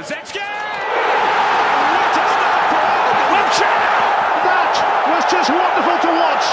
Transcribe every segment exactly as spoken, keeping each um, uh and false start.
Kulusevski! What a start for Wilshere! That was just wonderful to watch.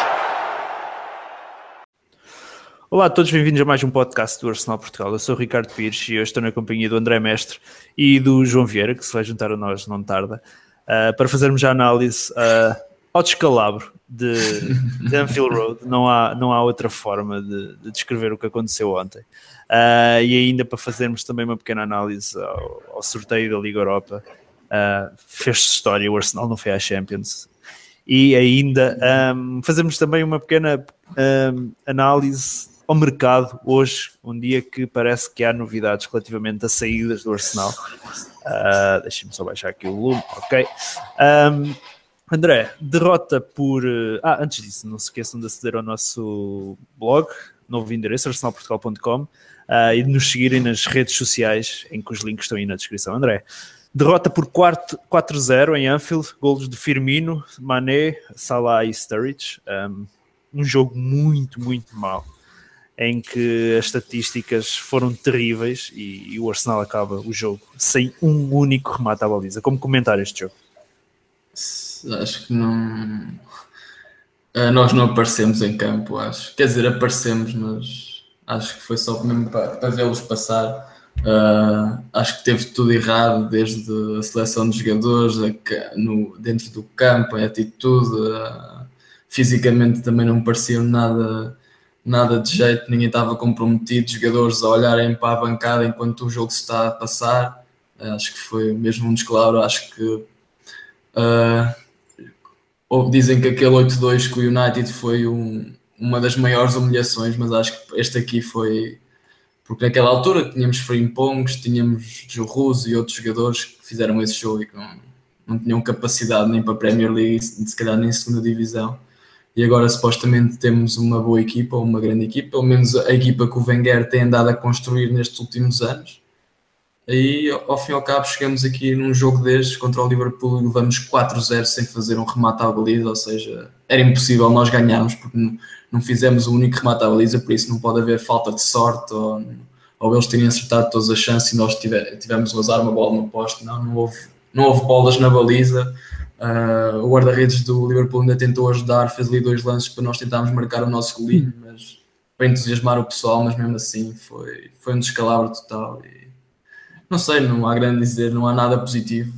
Olá a todos, bem-vindos a mais um podcast do Arsenal Portugal. Eu sou o Ricardo Pires e hoje estou na companhia do André Mestre e do João Vieira, que se vai juntar a nós não tarda, uh, para fazermos a análise uh, ao descalabro de, de Anfield Road. Não há, não há outra forma de, de descrever o que aconteceu ontem. Uh, e ainda para fazermos também uma pequena análise ao, ao sorteio da Liga Europa. Uh, fez-se história, o Arsenal não foi à Champions. E ainda um, fazemos também uma pequena um, análise ao mercado hoje, um dia que parece que há novidades relativamente a saídas do Arsenal. Uh, Deixem-me só baixar aqui o volume, ok. Um, André, derrota por... Ah, antes disso, não se esqueçam de aceder ao nosso blog, novo endereço, arsenal portugal ponto com, uh, e de nos seguirem nas redes sociais, em que os links estão aí na descrição. André, derrota por quatro a zero em Anfield, golos de Firmino, Mané, Salah e Sturridge. Um, um jogo muito, muito mau, em que as estatísticas foram terríveis e, e o Arsenal acaba o jogo sem um único remate à baliza. Como comentar este jogo? Acho que não... Nós não aparecemos em campo, acho. Quer dizer, aparecemos, mas acho que foi só mesmo para, para vê-los passar. Uh, acho que teve tudo errado, desde a seleção de jogadores, a, no, dentro do campo, a atitude, uh, fisicamente também não pareciam nada... nada de jeito, ninguém estava comprometido, jogadores a olharem para a bancada enquanto o jogo se está a passar. Acho que foi mesmo um descalabro. Acho que uh, dizem que aquele oito a dois com o United foi um, uma das maiores humilhações, mas acho que este aqui foi, porque naquela altura tínhamos Frimpongos, tínhamos Jorruso e outros jogadores que fizeram esse jogo e que não, não tinham capacidade nem para a Premier League, se calhar nem segunda divisão. E agora supostamente temos uma boa equipa, ou uma grande equipa, pelo menos a equipa que o Wenger tem andado a construir nestes últimos anos. Aí, ao fim e ao cabo, chegamos aqui num jogo destes contra o Liverpool e levamos quatro a zero sem fazer um remate à baliza, ou seja, era impossível nós ganharmos porque não fizemos o único remate à baliza, por isso não pode haver falta de sorte ou, ou eles terem acertado todas as chances e nós tivemos a usar uma bola no poste. Não, não houve, não houve bolas na baliza. Uh, o guarda-redes do Liverpool ainda tentou ajudar, fez ali dois lances para nós tentarmos marcar o nosso golinho, mas para entusiasmar o pessoal, mas mesmo assim foi, foi um descalabro total. E não sei, não há grande a dizer, não há nada positivo.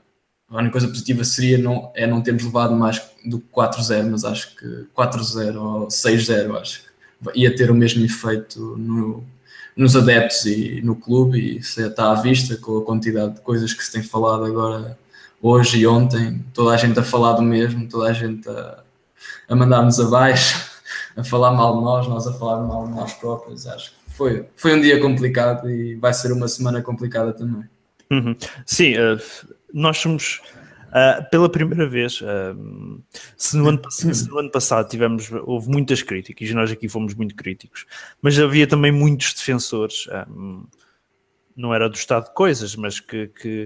A única coisa positiva seria não, é não termos levado mais do que quatro a zero, mas acho que quatro a zero ou seis a zero acho que ia ter o mesmo efeito no, nos adeptos e no clube, e isso está à vista com a quantidade de coisas que se tem falado agora. Hoje e ontem, toda a gente a falar do mesmo, toda a gente a, a mandar-nos abaixo, a falar mal de nós, nós a falar mal de nós próprios. Acho que foi, foi um dia complicado e vai ser uma semana complicada também. Uhum. Sim, uh, nós somos, uh, pela primeira vez, uh, se, no ano, se no ano passado tivemos, houve muitas críticas, e nós aqui fomos muito críticos, mas havia também muitos defensores. Um, não era do estado de coisas, mas que, que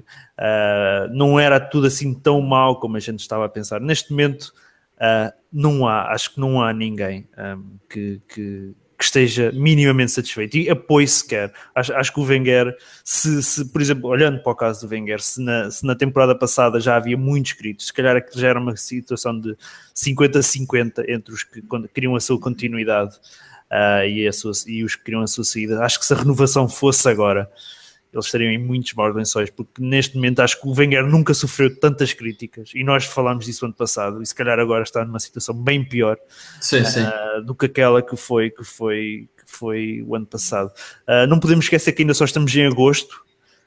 uh, não era tudo assim tão mau como a gente estava a pensar. Neste momento, uh, não há, acho que não há ninguém um, que, que, que esteja minimamente satisfeito e apoie sequer. Acho, acho que o Wenger, se, se, por exemplo, olhando para o caso do Wenger, se na, se na temporada passada já havia muitos críticos, se calhar aquilo já era uma situação de cinquenta a cinquenta entre os que queriam a sua continuidade uh, e, a sua, e os que queriam a sua saída. Acho que se a renovação fosse agora, eles estariam em muitos maus lençóis, porque neste momento acho que o Wenger nunca sofreu tantas críticas, e nós falámos disso ano passado, e se calhar agora está numa situação bem pior sim, sim. Uh, do que aquela que foi, que foi, que foi o ano passado. Uh, não podemos esquecer que ainda só estamos em agosto,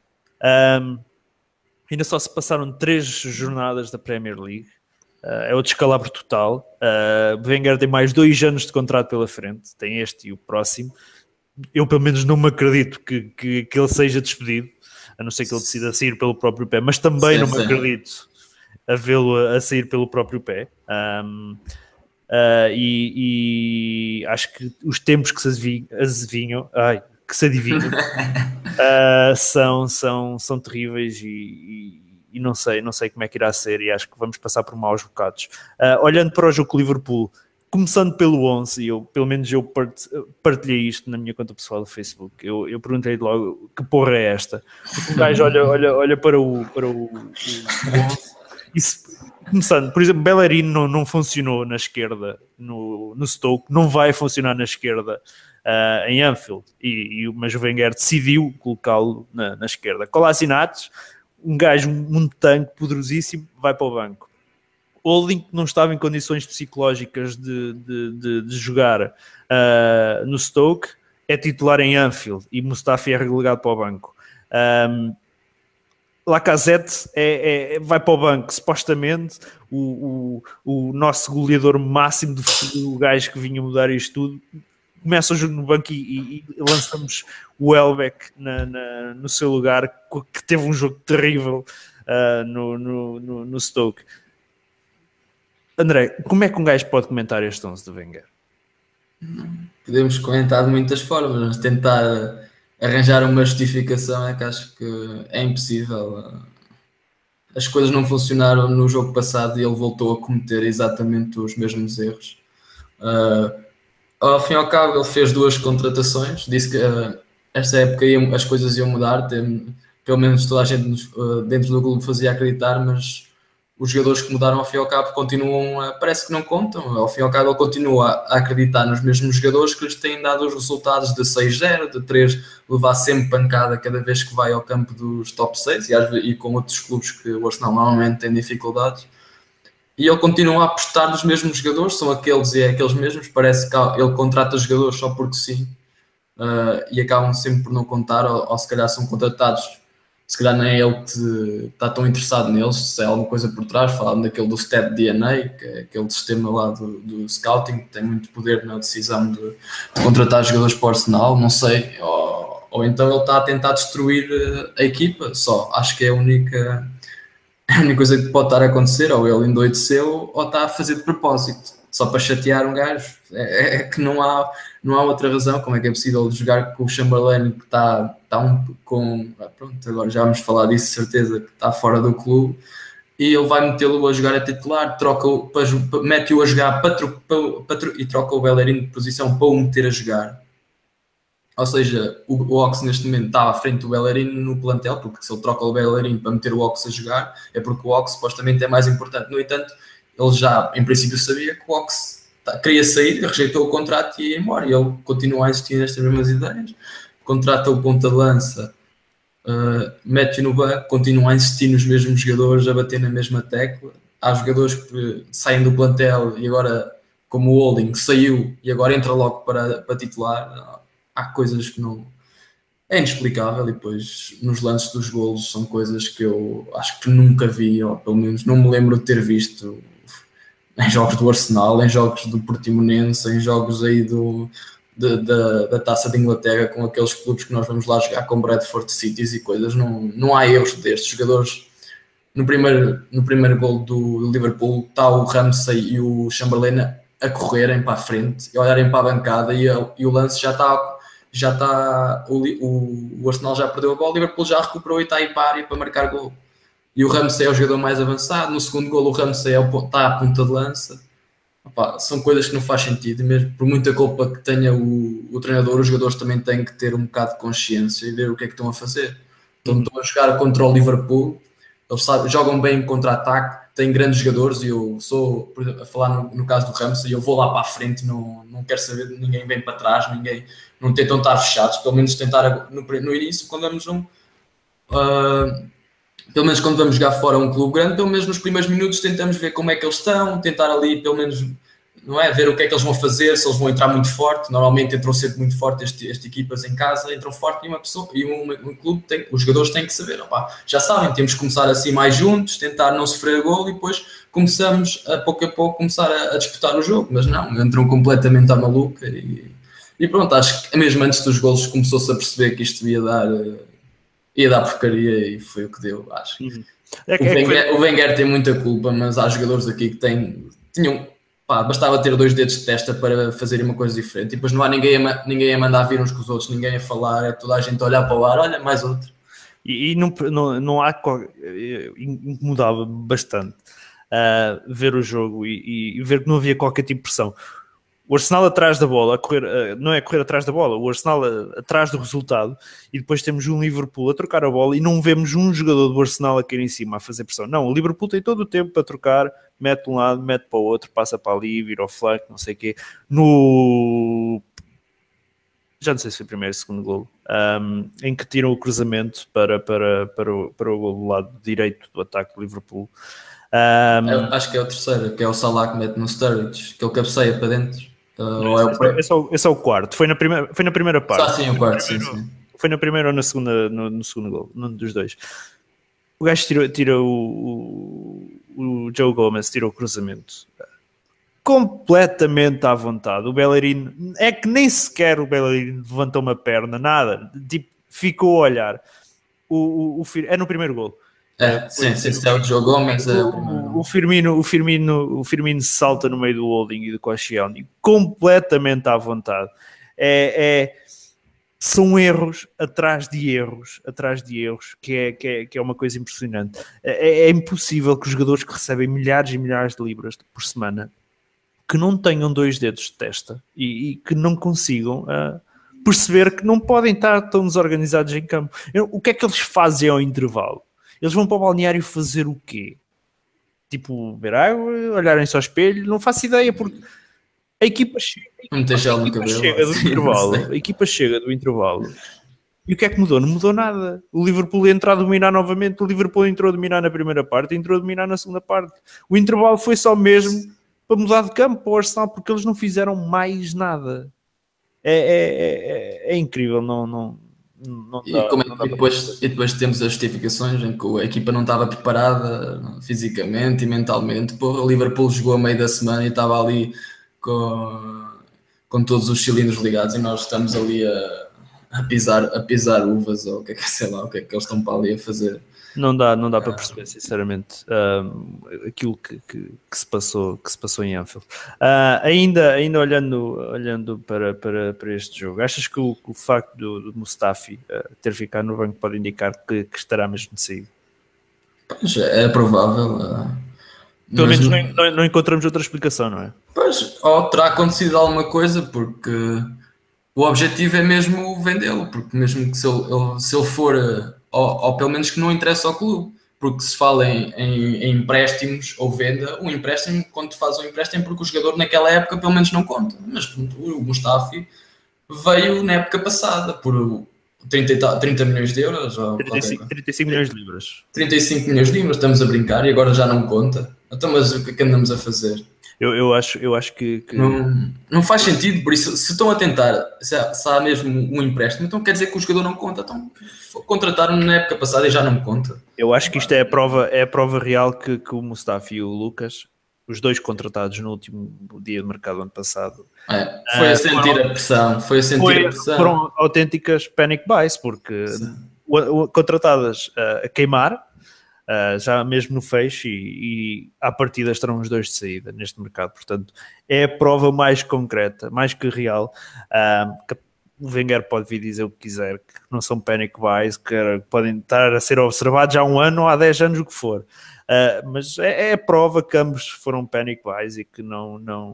um, ainda só se passaram três jornadas da Premier League, uh, é o descalabro total. uh, Wenger tem mais dois anos de contrato pela frente, tem este e o próximo. Eu pelo menos não me acredito que, que, que ele seja despedido, a não ser que ele decida sair pelo próprio pé, mas também sim, não me sim. acredito a vê-lo a, a sair pelo próprio pé. Um, uh, e, e acho que os tempos que se adivinham, ai, que se adivinham uh, são, são, são terríveis e, e, e não sei, não sei como é que irá ser, e acho que vamos passar por maus bocados. Uh, olhando para o jogo com o Liverpool, começando pelo onze, e eu, pelo menos eu part, partilhei isto na minha conta pessoal do Facebook. Eu, eu perguntei logo que porra é esta. Porque o gajo olha, olha, olha para o, para o, o, o onze e se, começando, por exemplo, Bellerin não, não funcionou na esquerda no, no Stoke, não vai funcionar na esquerda uh, em Anfield, e, e, mas o Wenger decidiu colocá-lo na, na esquerda. Kolasinac, um gajo, um, um tanque poderosíssimo, vai para o banco. Holding não estava em condições psicológicas de, de, de, de jogar uh, no Stoke, é titular em Anfield e Mustafi é relegado para o banco. Um, Lacazette é, é, vai para o banco, supostamente o, o, o nosso goleador máximo do futuro, o gajo que vinha mudar isto tudo, começa o jogo no banco e, e, e lançamos o Welbeck na, na, no seu lugar, que teve um jogo terrível uh, no, no, no, no Stoke. André, como é que um gajo pode comentar este onze do Wenger? Podemos comentar de muitas formas, mas tentar arranjar uma justificação é que acho que é impossível. As coisas não funcionaram no jogo passado e ele voltou a cometer exatamente os mesmos erros. Uh, ao fim e ao cabo, ele fez duas contratações, disse que uh, esta época ia, as coisas iam mudar, tem, pelo menos toda a gente uh, dentro do clube fazia acreditar, mas os jogadores que mudaram ao fim e ao cabo continuam, a, parece que não contam. Ao fim e ao cabo ele continua a acreditar nos mesmos jogadores que lhes têm dado os resultados de seis zero, de três, levar sempre pancada cada vez que vai ao campo dos top seis e, e com outros clubes que o Arsenal normalmente tem dificuldades. E ele continua a apostar nos mesmos jogadores, são aqueles e é aqueles mesmos, parece que ele contrata jogadores só porque sim, uh, e acabam sempre por não contar, ou, ou se calhar são contratados, se calhar nem é ele que está tão interessado neles, se é alguma coisa por trás, falando daquele do Stat D N A, que é aquele sistema lá do, do scouting, que tem muito poder na decisão de, de contratar jogadores para o Arsenal, não sei, ou, ou então ele está a tentar destruir a equipa, só, acho que é a única, a única coisa que pode estar a acontecer, ou ele endoideceu, ou está a fazer de propósito, só para chatear um gajo, é, é que não há, não há outra razão. Como é que é possível jogar com o Chamberlain, que está, está um, com, pronto, agora já vamos falar disso, certeza, que está fora do clube, e ele vai metê-lo a jogar a titular, troca, mete-o a jogar para, para, para, e troca o Bellerin de posição para o meter a jogar. Ou seja, o, o Ox neste momento está à frente do Bellerin no plantel, porque se ele troca o Bellerin para meter o Ox a jogar, é porque o Ox supostamente é mais importante. No entanto, ele já, em princípio, sabia que o Ox tá, queria sair, rejeitou o contrato e ia embora. E ele continua a insistir nestas mesmas ideias. Contrata o ponta de lança, uh, mete-o no banco, continua a insistir nos mesmos jogadores, a bater na mesma tecla. Há jogadores que saem do plantel e agora, como o Holding, saiu e agora entra logo para, para titular. Há coisas que não... É inexplicável, e depois nos lances dos golos são coisas que eu acho que nunca vi, ou pelo menos não me lembro de ter visto em jogos do Arsenal, em jogos do Portimonense, em jogos aí do, de, de, da Taça de Inglaterra, com aqueles clubes que nós vamos lá jogar com Bradford Cities e coisas. Não, não há erros destes jogadores. No primeiro, no primeiro gol do Liverpool está o Ramsey e o Chamberlain a correrem para a frente e olharem para a bancada, e, a, e o lance já está... já está, o, o, o Arsenal já perdeu a bola, o Liverpool já recuperou e está aí para a área para marcar gol. E o Ramsey é o jogador mais avançado. No segundo gol o Ramsey é o, está à ponta de lança. Opa, são coisas que não faz sentido, e mesmo por muita culpa que tenha o, o treinador, os jogadores também têm que ter um bocado de consciência e ver o que é que estão a fazer. Então, uhum. Estão a jogar contra o Liverpool, eles sabem, jogam bem contra-ataque, têm grandes jogadores, e eu sou, por exemplo, a falar no, no caso do Ramsey, eu vou lá para a frente, não, não quero saber de ninguém bem para trás, ninguém, não tentam estar fechados, pelo menos tentar no, no início, quando vamos um, uh, pelo menos quando vamos jogar fora um clube grande, pelo menos nos primeiros minutos tentamos ver como é que eles estão, tentar ali pelo menos, não é, ver o que é que eles vão fazer, se eles vão entrar muito forte. Normalmente entram sempre muito forte, estas este equipas em casa entram forte, e uma pessoa e um, um clube tem, os jogadores têm que saber, opa, já sabem, temos que começar assim mais juntos, tentar não sofrer gol, e depois começamos a pouco a pouco começar a, a disputar o jogo. Mas não, entram completamente à maluca, e, e pronto, acho que mesmo antes dos golos começou-se a perceber que isto ia dar ia dar porcaria, e foi o que deu, acho. Uhum. É que, o, Wenger, é que foi... o Wenger tem muita culpa, mas há jogadores aqui que têm, tinham, pá, bastava ter dois dedos de testa para fazerem uma coisa diferente, e depois não há ninguém a, ninguém a mandar vir uns com os outros, ninguém a falar, é toda a gente a olhar para o ar, olha, mais outro. E, e não, não, não há, incomodava bastante uh, ver o jogo e, e ver que não havia qualquer tipo de pressão. o Arsenal atrás da bola, a correr, uh, não é correr atrás da bola, o Arsenal uh, atrás do resultado, e depois temos um Liverpool a trocar a bola e não vemos um jogador do Arsenal a cair em cima a fazer pressão. Não, o Liverpool tem todo o tempo para trocar, mete de um lado, mete para o outro, passa para ali, vira ao flanco, não sei o quê. No... já não sei se foi o primeiro ou segundo golo, um, em que tiram o cruzamento para, para, para, o, para o golo do lado direito do ataque do Liverpool. Um, Eu acho que é o terceiro, que é o Salah que mete no Sturridge, que ele cabeceia para dentro. Uh, não, ou é esse, o... esse, é o, esse é o quarto, foi na primeira, foi na primeira parte. Só assim o quarto, sim, primeiro, sim. Foi na primeira ou na segunda, no, no segundo gol, num dos dois. O gajo tira, tira o, o, o Joe Gomez, tira o cruzamento completamente à vontade. O Bellerin, é que nem sequer o Bellerin levantou uma perna, nada, tipo, ficou a olhar. O, o, o, é no primeiro gol. É, uh, sim, sim, se é o Joe Gomez, é o primeiro. O Firmino, o Firmino, o Firmino salta no meio do holding e do Koscielny completamente à vontade. É, é, são erros atrás de erros, atrás de erros, que é, que é, que é uma coisa impressionante. É, é impossível que os jogadores que recebem milhares e milhares de libras por semana que não tenham dois dedos de testa e, e que não consigam uh, perceber que não podem estar tão desorganizados em campo. Eu, o que é que eles fazem ao intervalo? Eles vão para o balneário fazer o quê? Tipo, beber água, olharem-se ao espelho? Não faço ideia, porque a equipa chega, a equipa, a equipa chega do intervalo, a equipa chega do intervalo, e o que é que mudou? Não mudou nada. O Liverpool entrou a dominar novamente, o Liverpool entrou a dominar na primeira parte, entrou a dominar na segunda parte. O intervalo foi só mesmo para mudar de campo para o Arsenal, porque eles não fizeram mais nada. É, é, é, é incrível, não... não Não dá, e, como, não dá e, depois, e depois temos as justificações em que a equipa não estava preparada fisicamente e mentalmente. Porra, o Liverpool jogou a meio da semana e estava ali com, com todos os cilindros ligados e nós estamos ali a, a, pisar, a pisar uvas ou o que é que, sei lá, o que é que eles estão para ali a fazer. Não dá, não dá para perceber, sinceramente, um, aquilo que, que, que, se passou, que se passou em Anfield. Uh, ainda, ainda olhando, olhando para, para, para este jogo, achas que o, que o facto do, do Mustafi uh, ter ficado no banco pode indicar que, que estará mesmo de saída? Pois, é provável. Uh, Pelo menos não, não, não encontramos outra explicação, não é? Pois, ou terá acontecido alguma coisa, porque o objetivo é mesmo vendê-lo, porque mesmo que se ele, se ele for... Ou, ou pelo menos que não interessa ao clube, porque se fala em, em, em empréstimos ou venda, um empréstimo, quando faz um empréstimo, porque o jogador naquela época pelo menos não conta, mas o Mustafi veio na época passada por trinta, trinta milhões de euros ou trinta e cinco, trinta e cinco milhões de libras trinta e cinco milhões de libras, estamos a brincar e agora já não conta. Então, mas o que é que andamos a fazer? Eu, eu acho, eu acho que, que... Não, não faz sentido, por isso, se estão a tentar, se há, se há mesmo um empréstimo, então quer dizer que o jogador não conta. Então contrataram-me na época passada e já não me conta. Eu acho que isto é a prova, é a prova real que, que o Mustafi e o Lucas, os dois contratados no último dia de mercado ano passado, é, foi a sentir uh, foram, a pressão, foi a sentir foi, a pressão. Foram autênticas panic buys, porque o, o, contratadas uh, a queimar, Uh, já mesmo no fecho, e, e à partida estarão os dois de saída neste mercado. Portanto, é a prova mais concreta, mais que real. Uh, que o Wenger pode vir dizer o que quiser, que não são panic buys, que podem estar a ser observados há um ano ou há dez anos, o que for. Uh, mas é, é a prova que ambos foram panic buys e que não... não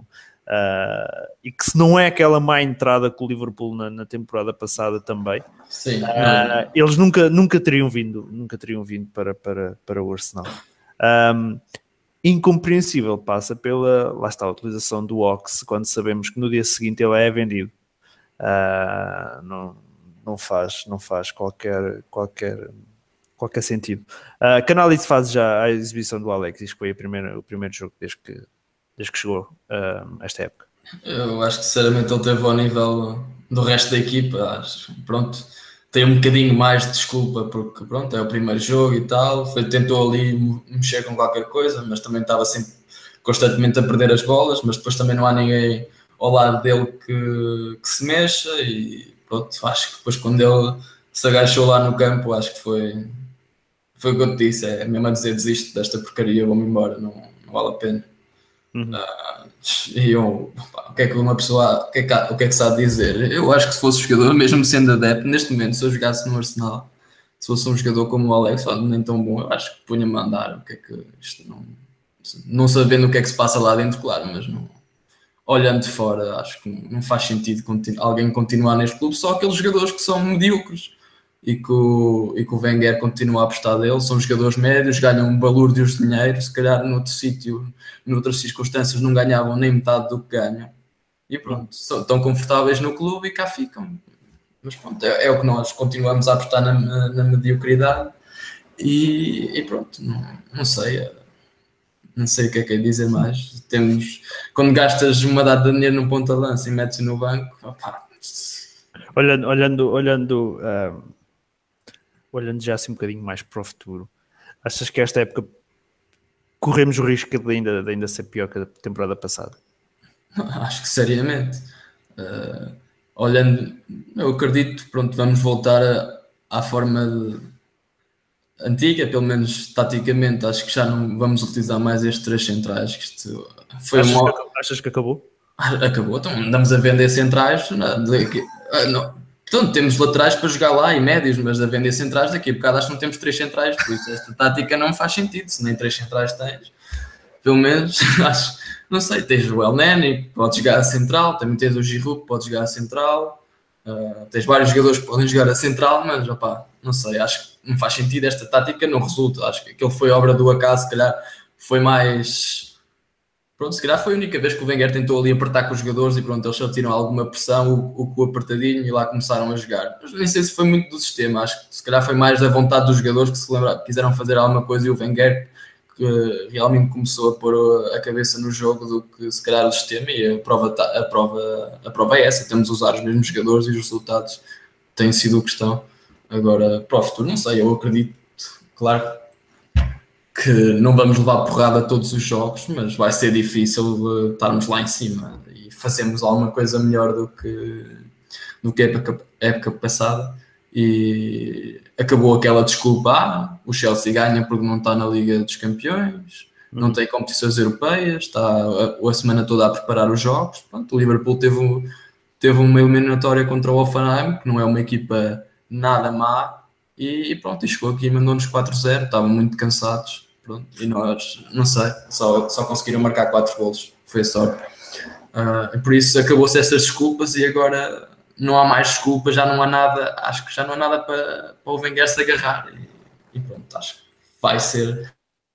Uh, e que se não é aquela má entrada com o Liverpool na, na temporada passada também, sim, uh, eles nunca, nunca teriam vindo nunca teriam vindo para, para, para o Arsenal. Um, incompreensível passa pela, lá está, a utilização do Ox, quando sabemos que no dia seguinte ele é vendido. Uh, não, não faz, não faz qualquer, qualquer, qualquer sentido. Uh, que análise faz já a exibição do Alex? Isto foi a primeira, o primeiro jogo desde que desde que chegou uh, esta época? Eu acho que sinceramente ele teve ao nível do resto da equipa. Acho, pronto, tem um bocadinho mais de desculpa porque pronto, é o primeiro jogo e tal, foi, tentou ali mexer com qualquer coisa, mas também estava sempre constantemente a perder as bolas, mas depois também não há ninguém ao lado dele que, que se mexa e pronto, acho que depois quando ele se agachou lá no campo, acho que foi foi o que eu te disse, é mesmo a dizer desisto desta porcaria, vou-me embora, não, não vale a pena. Uhum. Uh, e eu, pá, o que é que uma pessoa, o que é que, o que é que sabe dizer? Eu acho que se fosse jogador, mesmo sendo adepto, neste momento, se eu jogasse no Arsenal, se fosse um jogador como o Alex, ó, nem tão bom, eu acho que punha-me a andar. O que é que isto não, não sabendo o que é que se passa lá dentro, claro, mas não, olhando de fora, acho que não faz sentido continu- alguém continuar neste clube, só aqueles jogadores que são medíocres e que o, e que o Wenger continua a apostar dele, são jogadores médios, ganham balúrdios de dinheiro, se calhar noutro sítio, noutras circunstâncias não ganhavam nem metade do que ganham, e pronto, são, estão confortáveis no clube e cá ficam. Mas pronto, é, é o que nós continuamos a apostar na, na, na mediocridade e, e pronto, não, não sei, não sei o que é que é dizer mais. Temos, quando gastas uma data de dinheiro num ponta de lança e metes no banco, opá. Olhando, olhando, olhando, uh, olhando já assim um bocadinho mais para o futuro, achas que esta época corremos o risco de ainda, de ainda ser pior que a temporada passada? Acho que seriamente. Uh, olhando, eu acredito, pronto, vamos voltar a, à forma de, antiga, pelo menos taticamente, acho que já não vamos utilizar mais estes três centrais, que isto foi achas, uma... que, achas que acabou? Acabou, então andamos a vender centrais, não, de, não, portanto, temos laterais para jogar lá e médios, mas a vender centrais daqui a bocado acho que não temos três centrais, por isso esta tática não faz sentido, se nem três centrais tens, pelo menos, acho, não sei, tens o El Neni, que pode jogar a central, também tens o Giroud, que pode jogar a central, uh, tens vários jogadores que podem jogar a central, mas, opá, não sei, acho que não faz sentido esta tática, não resulta, acho que aquilo foi obra do acaso, se calhar foi mais... Pronto, se calhar foi a única vez que o Wenger tentou ali apertar com os jogadores e pronto, eles só tiram alguma pressão, o, o cu apertadinho e lá começaram a jogar. Mas nem sei se foi muito do sistema, acho que se calhar foi mais da vontade dos jogadores que se lembraram, quiseram fazer alguma coisa e o Wenger que realmente começou a pôr a cabeça no jogo do que se calhar o sistema e a prova, a prova, a prova é essa, temos de usar os mesmos jogadores e os resultados têm sido o que estão. Agora, para o futuro, não sei, eu acredito, claro, que não vamos levar porrada a todos os jogos, mas vai ser difícil estarmos lá em cima e fazermos alguma coisa melhor do que, do que a época, época passada. E acabou aquela desculpa, ah, o Chelsea ganha porque não está na Liga dos Campeões, não tem competições europeias, está a, a semana toda a preparar os jogos. Pronto, o Liverpool teve, teve uma eliminatória contra o Hoffenheim, que não é uma equipa nada má, e, e pronto, e chegou aqui e mandou-nos quatro a zero, estavam muito cansados. Pronto, e nós, não sei, só, só conseguiram marcar quatro golos, foi a sorte. Uh, por isso acabou-se essas desculpas e agora não há mais desculpas, já não há nada, acho que já não há nada para, para o Wenger se agarrar. E, e pronto, acho que vai ser.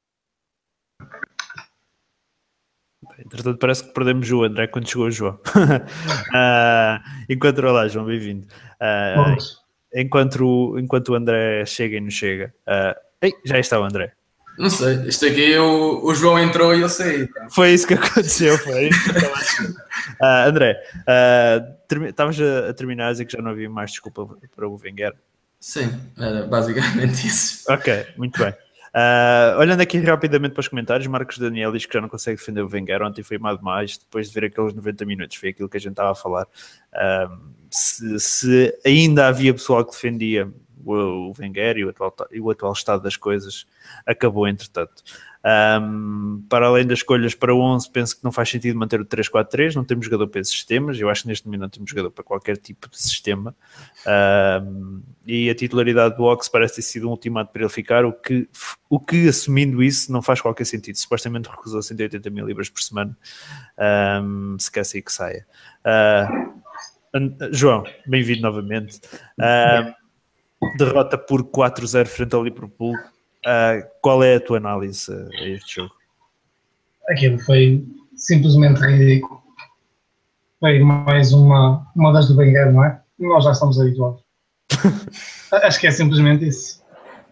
Entretanto, parece que perdemos o André quando chegou o João. uh, enquanto, olá, João, bem-vindo. Uh, enquanto, enquanto o André chega e não chega. Uh, ei, já está o André. Não sei, isto aqui o, o João entrou e eu saí. Foi isso que aconteceu, foi isso que estava a dizer. Uh, André, estavas uh, a, a terminar a dizer que já não havia mais desculpa para o Wenger? Sim, era basicamente isso. Ok, muito bem. Uh, olhando aqui rapidamente para os comentários, Marcos Daniel diz que já não consegue defender o Wenger, ontem foi mal demais, depois de ver aqueles noventa minutos, foi aquilo que a gente estava a falar. Uh, se, se ainda havia pessoal que defendia o Wenger e o atual, e o atual estado das coisas, acabou entretanto. Um, para além das escolhas para o onze, penso que não faz sentido manter o três quatro três, não temos jogador para esses sistemas, eu acho que neste momento não temos jogador para qualquer tipo de sistema, um, e a titularidade do Ox parece ter sido um ultimato para ele ficar, o que, o que assumindo isso não faz qualquer sentido, supostamente recusou cento e oitenta mil libras por semana, um, se quer sair que saia. Uh, João, bem-vindo novamente. Uh, derrota por quatro a zero frente ao Liverpool. Uh, qual é a tua análise a este jogo? Aquilo foi simplesmente ridículo. Foi mais uma, uma das do Wenger, não é? Nós já estamos habituados. Acho que é simplesmente isso.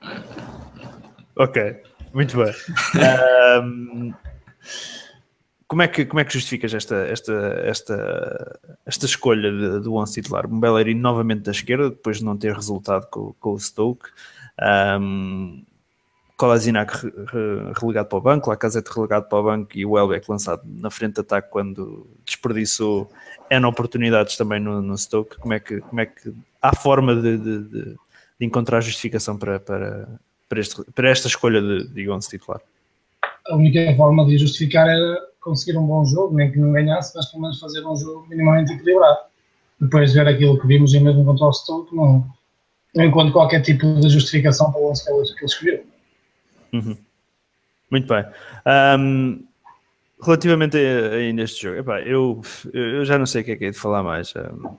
Ok, muito bem. Um, como, é que, como é que justificas esta, esta, esta, esta escolha de, do onze titular? Um Bellerin novamente da esquerda, depois de não ter resultado com, com o Stoke. Um, Kolasinac relegado para o banco, Lacazette relegado para o banco e o Welbeck lançado na frente de ataque quando desperdiçou N oportunidades também no, no Stoke. Como é que, como é que há forma de, de, de encontrar justificação para, para, para, este, para esta escolha de, de onze titular? A única forma de justificar era conseguir um bom jogo, nem que não ganhasse, mas pelo menos fazer um jogo minimamente equilibrado. Depois de ver aquilo que vimos e mesmo contra o Stoke, não, não encontro qualquer tipo de justificação para o onze que ele escolheu. Uhum. Muito bem. Um, relativamente a, ainda este jogo, epá, eu, eu já não sei o que é que é de falar mais. Um,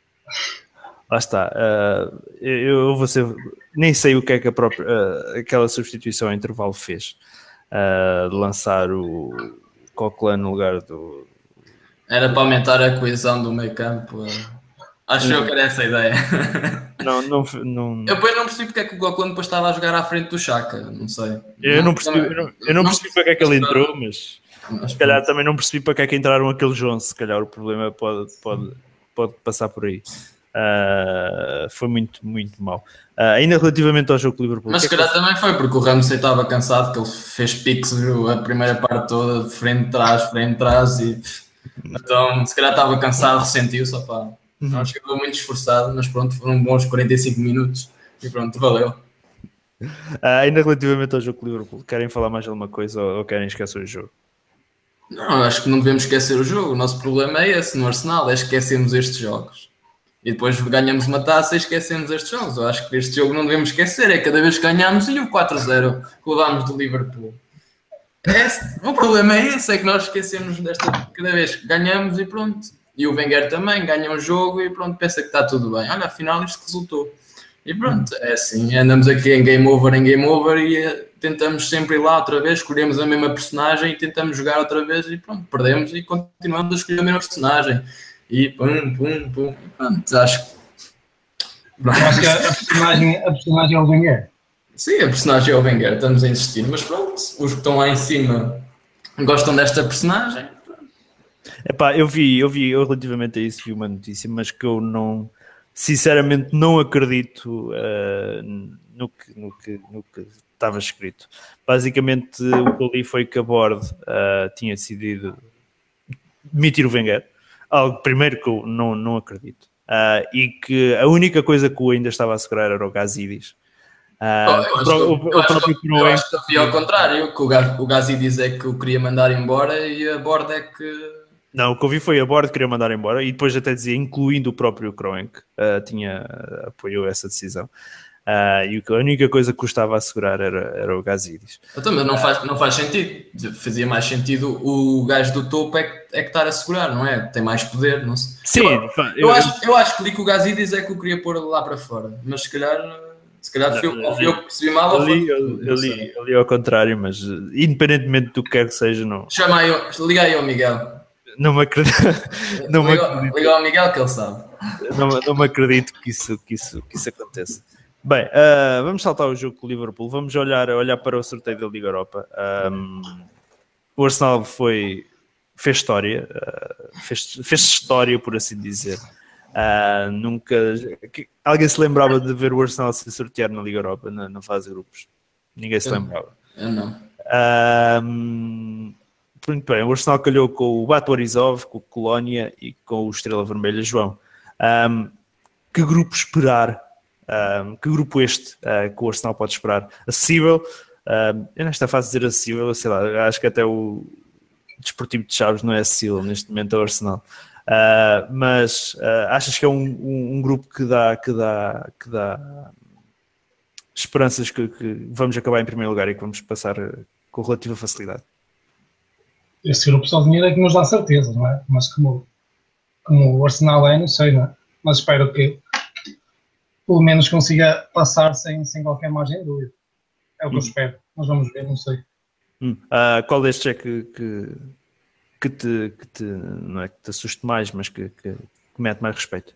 lá está. Uh, eu, eu vou ser, nem sei o que é que a própria, uh, aquela substituição ao intervalo fez. Uh, de lançar o Coquelin no lugar do... Era para aumentar a coesão do meio campo. Acho eu que era essa a ideia. Não, não, não... Eu depois não percebi porque é que o Coquelin depois estava a jogar à frente do Chaka, não sei. Eu não percebi, eu não, eu não percebi para que é que ele entrou, mas se calhar também não percebi para que é que entraram aqueles onze. Se calhar o problema pode, pode, pode passar por aí. Uh, foi muito, muito mau. Uh, ainda relativamente ao jogo do Liverpool. Mas se calhar é que... também foi porque o Ramsey estava cansado, que ele fez piques a primeira parte toda, de frente, trás, frente, trás, e então se calhar estava cansado, ressentiu, só pá. Uhum. Acho que foi muito esforçado, mas pronto, foram bons quarenta e cinco minutos e pronto, valeu. Uh, ainda relativamente ao jogo do Liverpool, querem falar mais alguma coisa ou, ou querem esquecer o jogo? Não, acho que não devemos esquecer o jogo. O nosso problema é esse no Arsenal, é esquecermos estes jogos. E depois ganhamos uma taça e esquecemos estes jogos. Eu acho que este jogo não devemos esquecer. É cada vez que ganhamos e o quatro a zero que levámos do Liverpool. Esse, o problema é esse, é que nós esquecemos desta... Cada vez que ganhamos e pronto. E o Wenger também ganha um jogo e pronto, pensa que está tudo bem. Olha, afinal isto resultou. E pronto, é assim. Andamos aqui em game over, em game over e tentamos sempre ir lá outra vez, escolhemos a mesma personagem e tentamos jogar outra vez e pronto, perdemos e continuamos a escolher a mesma personagem. E pum, pum, pum. Pronto, acho que... Acho que a, a, personagem, a personagem é o Wenger. Sim, a personagem é o Wenger, estamos a insistir. Mas pronto, os que estão lá em cima gostam desta personagem. Epá, eu vi, eu vi, eu relativamente a isso vi uma notícia, mas que eu não, sinceramente não acredito uh, no, que, no, que, no que estava escrito. Basicamente o que eu li foi que a Board uh, tinha decidido demitir o Wenger. Algo primeiro que eu não, não acredito. Uh, e que a única coisa que eu ainda estava a assegurar era o Gazidis. Uh, oh, eu, o, que, o, eu, o próprio acho, eu acho que eu vi ao contrário, que o Gazidis é que o queria mandar embora e a Board é que... Não, o que eu vi foi a Board queria mandar embora e depois até dizia, incluindo o próprio Kroenke, uh, tinha, uh, apoiou essa decisão. Uh, e a única coisa que custava assegurar era, era o Gazidis. Então, mas não faz, não faz sentido. Fazia mais sentido o gajo do topo é que, é que estar a segurar, não é? Tem mais poder, não sei. Sim. Eu, eu, eu, acho, eu acho que li que o Gazidis é que o queria pôr lá para fora, mas se calhar, se calhar fui, não, fui eu que percebi mal. Eu li, eu, eu, li, eu li ao contrário, mas independentemente do que quer que seja, não. Chama aí, liga aí ao Miguel. Não me acredito. Não liga, me acredito. Liga ao Miguel que ele sabe. Não, não me acredito que isso, que isso, que isso aconteça. Bem, uh, vamos saltar o jogo com o Liverpool, vamos olhar, olhar para o sorteio da Liga Europa. Um, o Arsenal foi, fez história, uh, fez, fez história, por assim dizer. Uh, nunca, alguém se lembrava de ver o Arsenal se sortear na Liga Europa, na, na fase de grupos? Ninguém se eu, lembrava. Eu não. Um, muito bem, o Arsenal calhou com o Bate Borisov, com o Colónia e com o Estrela Vermelha. João, um, que grupo esperar? Um, que grupo este uh, que o Arsenal pode esperar? Acessível? Um, eu nesta fase de dizer acessível, sei lá, acho que até o Desportivo de Chaves não é acessível neste momento ao Arsenal. Uh, mas uh, achas que é um, um, um grupo que dá, que dá, que dá esperanças que, que vamos acabar em primeiro lugar e que vamos passar com relativa facilidade? Esse grupo só dinheiro é que nos dá certeza, não é? Mas como, como o Arsenal é, não sei, não é? Mas espero que pelo menos consiga passar sem, sem qualquer margem de dúvida. É o que hum. eu espero. Nós vamos ver, não sei. Hum. Uh, qual destes é que, que, que, te, que te, não é que te assuste mais, mas que, que, que mete mais respeito?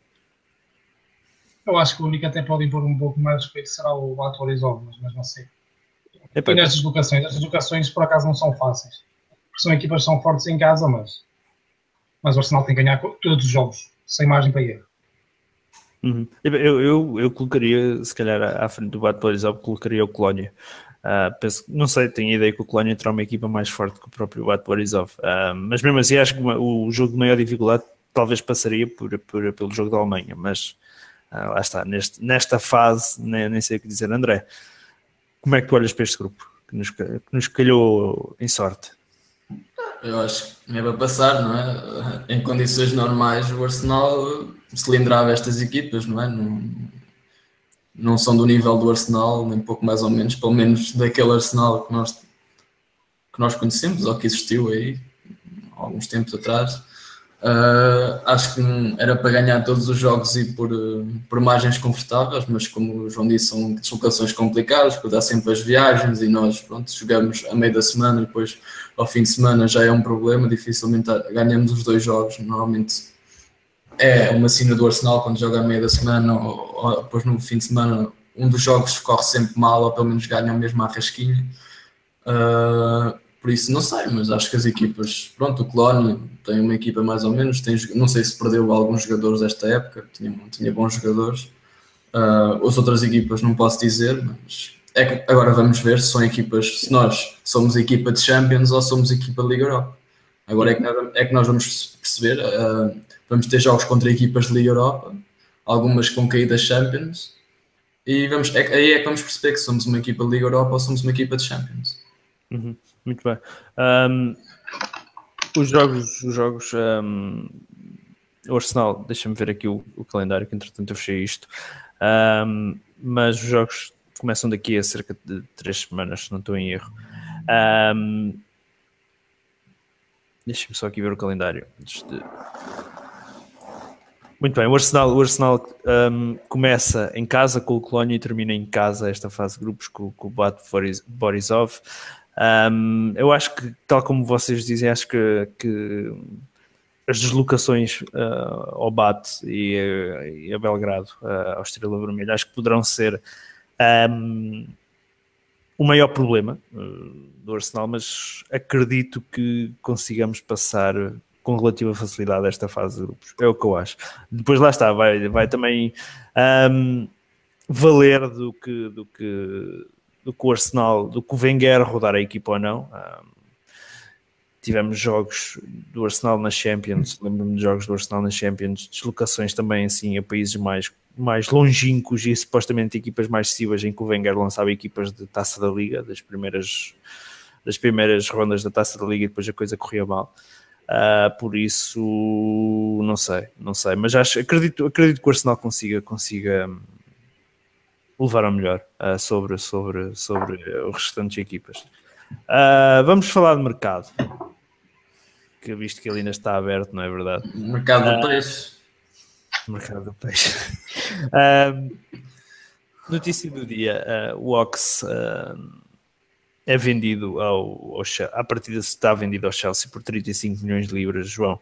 Eu acho que o único até pode impor um pouco mais respeito será o Atualizov, mas, mas não sei. É Tem estas locações. Estas locações, por acaso, não são fáceis. Porque são equipas que são fortes em casa, mas, mas o Arsenal tem que ganhar todos os jogos, sem margem para erro. Uhum. Eu, eu, eu colocaria, se calhar, à frente do Bate Borisov, colocaria o Colónia. Uh, penso, não sei, tenho a ideia que o Colónia terá uma equipa mais forte que o próprio Bate Borisov. Uh, mas mesmo assim, acho que uma, o jogo de maior dificuldade talvez passaria por, por, pelo jogo da Alemanha. Mas uh, lá está, neste, nesta fase, nem, nem sei o que dizer. André, como é que tu olhas para este grupo que nos, que nos calhou em sorte? Eu acho que é para passar, não é? Em condições normais, o Arsenal cilindrava estas equipas, não é? Não, não são do nível do Arsenal, nem pouco mais ou menos, pelo menos daquele Arsenal que nós, que nós conhecemos ou que existiu aí. alguns tempos atrás. Uh, acho que não era para ganhar todos os jogos e por, por margens confortáveis, mas como o João disse, são deslocações complicadas, porque dá sempre as viagens e nós pronto, jogamos a meio da semana e depois ao fim de semana já é um problema, dificilmente ganhamos os dois jogos. Normalmente é uma cena do Arsenal quando joga a meio da semana ou, ou depois no fim de semana um dos jogos corre sempre mal ou pelo menos ganham mesmo à rasquinha. Uh, por isso não sei, mas acho que as equipas, pronto, o Colónia tem uma equipa mais ou menos, tem, não sei se perdeu alguns jogadores desta época, tinha, tinha bons jogadores. Uh, as outras equipas não posso dizer, mas é que agora vamos ver se são equipas, se nós somos equipa de Champions ou somos equipa de Liga Europa. Agora é que nós, é que nós vamos perceber, uh, vamos ter jogos contra equipas de Liga Europa, algumas com caídas Champions, e vamos, é, aí é que vamos perceber que somos uma equipa de Liga Europa ou somos uma equipa de Champions. Uhum, muito bem. Um, os jogos, os jogos um, o Arsenal, deixa-me ver aqui o, o calendário, que entretanto eu fechei isto, um, mas os jogos começam daqui a cerca de três semanas, se não estou em erro. Um, deixa-me só aqui ver o calendário. De... Muito bem, o Arsenal, o Arsenal um, começa em casa com o Colónia e termina em casa esta fase de grupos com, com o Bate Borisov. Um, eu acho que, tal como vocês dizem, acho que, que as deslocações uh, ao Bate e, e a Belgrado, uh, ao Estrela Vermelha, acho que poderão ser um, o maior problema uh, do Arsenal, mas acredito que consigamos passar com relativa facilidade esta fase de grupos, é o que eu acho. Depois lá está, vai, vai também um, valer do que, do, que, do que o Arsenal, do que o Wenger rodar a equipa ou não. Um, tivemos jogos do Arsenal na Champions, lembro-me de jogos do Arsenal na Champions, deslocações também assim a países mais, mais longínquos e supostamente equipas mais decisivas em que o Wenger lançava equipas de Taça da Liga, das primeiras, das primeiras rondas da Taça da Liga, e depois a coisa corria mal. Uh, por isso não sei, não sei, mas acho, acredito, acredito que o Arsenal consiga, consiga levar ao melhor uh, sobre, sobre, sobre os restantes equipas. Uh, vamos falar de mercado, que visto que ele ainda está aberto, não é verdade? Mercado do uh, peixe. Mercado do peixe. uh, notícia do dia: uh, o Ox uh, é vendido ao, ao à partida se está vendido ao Chelsea por trinta e cinco milhões de libras. João,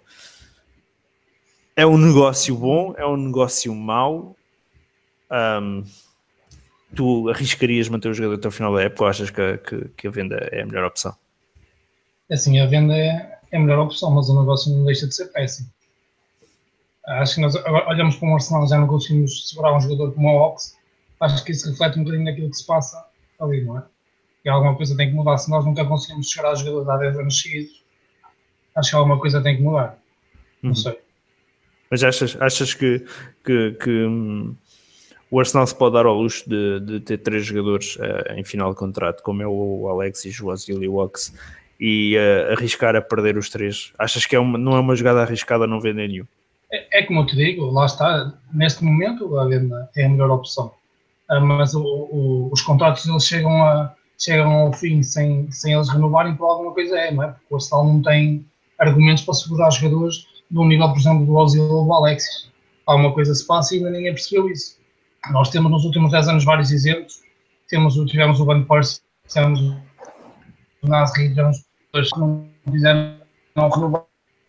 é um negócio bom? É um negócio mau? Um, tu arriscarias manter o jogador até o final da época ou achas que, que, que a venda é a melhor opção? Assim, a venda é, é a melhor opção, mas o negócio não deixa de ser péssimo. Acho que nós agora olhamos para um Arsenal, já não conseguimos segurar um jogador como o Ox. Acho que isso reflete um bocadinho daquilo que se passa ali, não é? E alguma coisa tem que mudar. Se nós nunca conseguimos chegar aos jogadores há dez anos seguidos, acho que alguma coisa tem que mudar. Não uhum. sei. Mas achas, achas que, que, que hum, o Arsenal se pode dar ao luxo de, de ter três jogadores uh, em final de contrato, como é o Alexis, o Ozil e o Ox, e uh, arriscar a perder os três? Achas que é uma, não é uma jogada arriscada não vender nenhum? É, é como eu te digo, lá está. Neste momento a venda é a melhor opção. Uh, mas o, o, os contratos eles chegam a chegam ao fim sem, sem eles renovarem, por alguma coisa é, não é? Porque o Arsenal não tem argumentos para segurar jogadores de um nível, por exemplo, do Ozil ou do Alexis. Alguma coisa se passa e ainda ninguém percebeu isso. Nós temos nos últimos dez anos vários exemplos. Temos, tivemos o Van Persie, tivemos o Nasri, tivemos pessoas que não quiseram não renovar.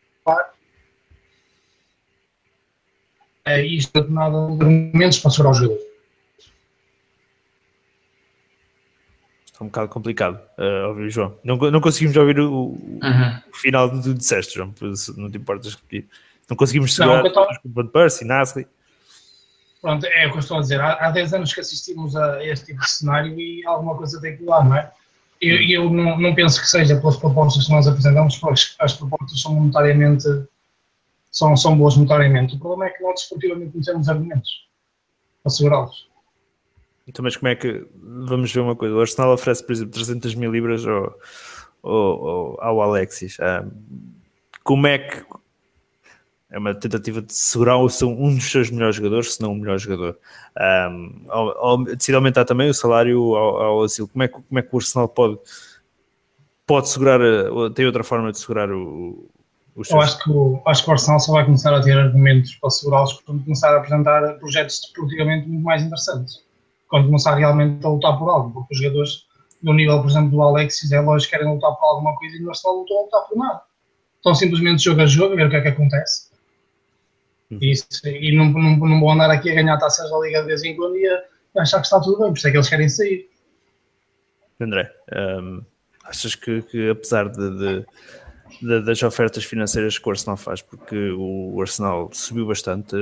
É isto de nada de argumentos para segurar os jogadores. Está um bocado complicado uh, ouvir o João. Não, não conseguimos ouvir o, Uhum. o final do que tu disseste, João, não te importas repetir. Não conseguimos segurar não, tô... com o Van Persie, Nasri. Pronto, é o que eu estou a dizer. Há, há dez anos que assistimos a este tipo de cenário e alguma coisa tem que mudar, não é? E eu, eu não, não penso que seja pelas propostas que nós apresentamos, porque as propostas são monetariamente, são, são boas monetariamente. O problema é que nós desportivamente não temos argumentos para segurá-los. Então, mas como é que, vamos ver uma coisa, o Arsenal oferece, por exemplo, trezentas mil libras ao, ao, ao Alexis. Ah, como é que é uma tentativa de segurar um dos seus melhores jogadores, se não o melhor jogador? Um, ao, ao, decide aumentar também o salário ao, ao Ozil. Como é, que, como é que o Arsenal pode, pode segurar, tem outra forma de segurar o, Os Eu seus... acho que, o, acho que o Arsenal só vai começar a ter argumentos para segurá-los quando começar a apresentar projetos desportivamente muito mais interessantes. Quando começar realmente a lutar por algo, porque os jogadores do nível, por exemplo, do Alexis, é lógico que querem lutar por alguma coisa e o Arsenal não estão a lutar por nada. Estão simplesmente jogo a jogo a ver o que é que acontece. Uhum. E, isso, e não, não, não vão andar aqui a ganhar taças da Liga de vez em quando e a achar que está tudo bem, por isso é que eles querem sair. André, um, achas que, que apesar de, de, de, das ofertas financeiras que o Arsenal faz, porque o Arsenal subiu bastante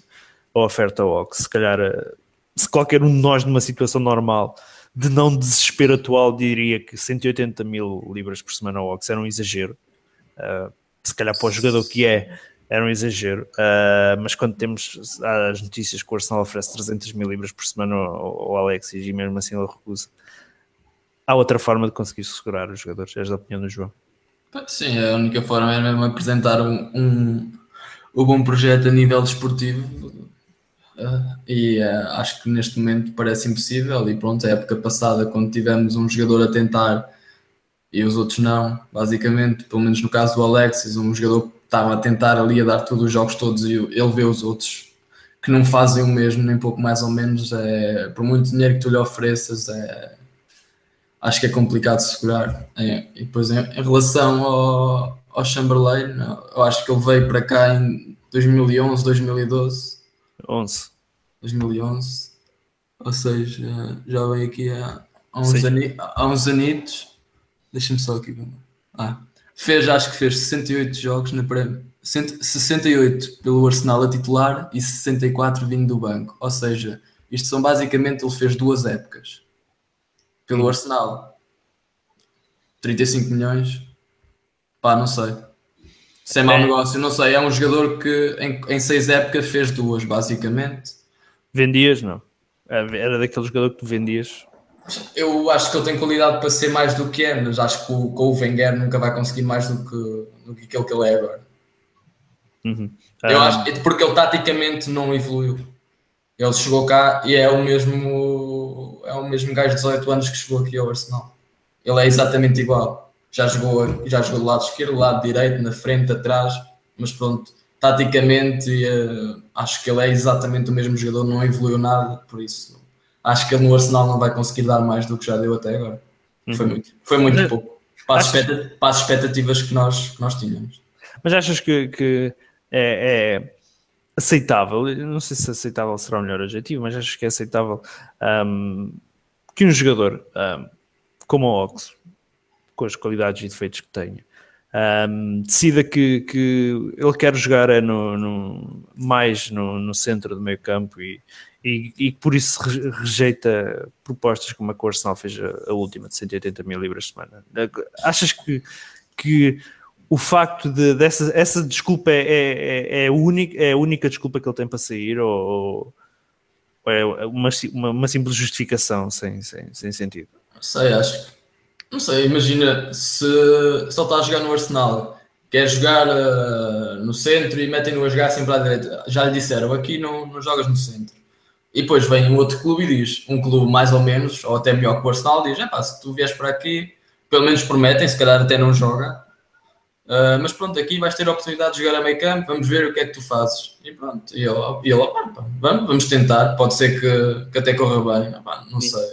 a oferta ao Ox, se calhar se qualquer um de nós numa situação normal de não desespero atual diria que cento e oitenta mil libras por semana ao Ox era um exagero, uh, se calhar para o jogador que é era um exagero, uh, mas quando temos as notícias que o Arsenal oferece trezentas mil libras por semana ao, ao Alexis e mesmo assim ele recusa, há outra forma de conseguir segurar os jogadores. És da opinião do João? Sim, a única forma é mesmo apresentar um, um, um bom projeto a nível desportivo uh, e uh, acho que neste momento parece impossível e pronto, a época passada quando tivemos um jogador a tentar e os outros não, basicamente, pelo menos no caso do Alexis, um jogador que estava a tentar ali a dar todos os jogos todos e ele vê os outros que não fazem o mesmo, nem pouco mais ou menos, é, por muito dinheiro que tu lhe ofereças, é, acho que é complicado de segurar. É, e depois em, em relação ao, ao Chamberlain, eu acho que ele veio para cá em dois mil e onze, dois mil e doze onze dois mil e onze, ou seja, já vem aqui há, há, uns, ani, há uns anitos. Deixa-me só aqui ver. Ah, fez, acho que fez sessenta e oito jogos na Premier, sessenta e oito pelo Arsenal a titular e sessenta e quatro vindo do banco. Ou seja, isto são basicamente, ele fez duas épocas pelo hum. Arsenal. trinta e cinco milhões. Pá, não sei. Sem mau negócio, não sei. É um jogador que em, em seis épocas fez duas, basicamente. Vendias, não? Era daquele jogador que tu vendias? Eu acho que ele tem qualidade para ser mais do que é, mas acho que o, com o Wenger nunca vai conseguir mais do que, do que aquele que ele é agora. Uhum. Eu um... acho, porque ele taticamente não evoluiu. Ele chegou cá e é o mesmo é o mesmo gajo de dezoito anos que chegou aqui ao Arsenal. Ele é exatamente igual. Já jogou, já jogou do lado esquerdo, do lado direito, na frente, atrás, mas pronto, taticamente uh, acho que ele é exatamente o mesmo jogador, não evoluiu nada, por isso acho que ele no Arsenal não vai conseguir dar mais do que já deu até agora. Uhum. Foi muito, foi muito mas, pouco para as, achas... expect... para as expectativas que nós, que nós tínhamos. Mas achas que, que é, é aceitável, eu não sei se aceitável será o melhor adjetivo, mas acho que é aceitável um, que um jogador um, como o Ox, com as qualidades e defeitos que tenha, um, decida que, que ele quer jogar é no, no, mais no, no centro do meio campo e, e, e por isso rejeita propostas como a que o Arsenal fez a, a última de cento e oitenta mil libras por semana. Achas que, que o facto de dessa essa desculpa é, é, é, a única, é a única desculpa que ele tem para sair ou, ou é uma, uma, uma simples justificação sem, sem, sem sentido? Não sei, acho que não sei, imagina se, se ele está a jogar no Arsenal, quer jogar uh, no centro e metem-no a jogar sempre à direita, já lhe disseram, aqui não, não jogas no centro. E depois vem um outro clube e diz, um clube mais ou menos, ou até melhor que o Arsenal, diz, é pá, se tu vies para aqui, pelo menos prometem, se calhar até não joga, uh, mas pronto, aqui vais ter a oportunidade de jogar a meio campo, vamos ver o que é que tu fazes. E pronto, e ele, e ele pá, pá, vamos, vamos tentar, pode ser que, que até corra bem, pá, não sei.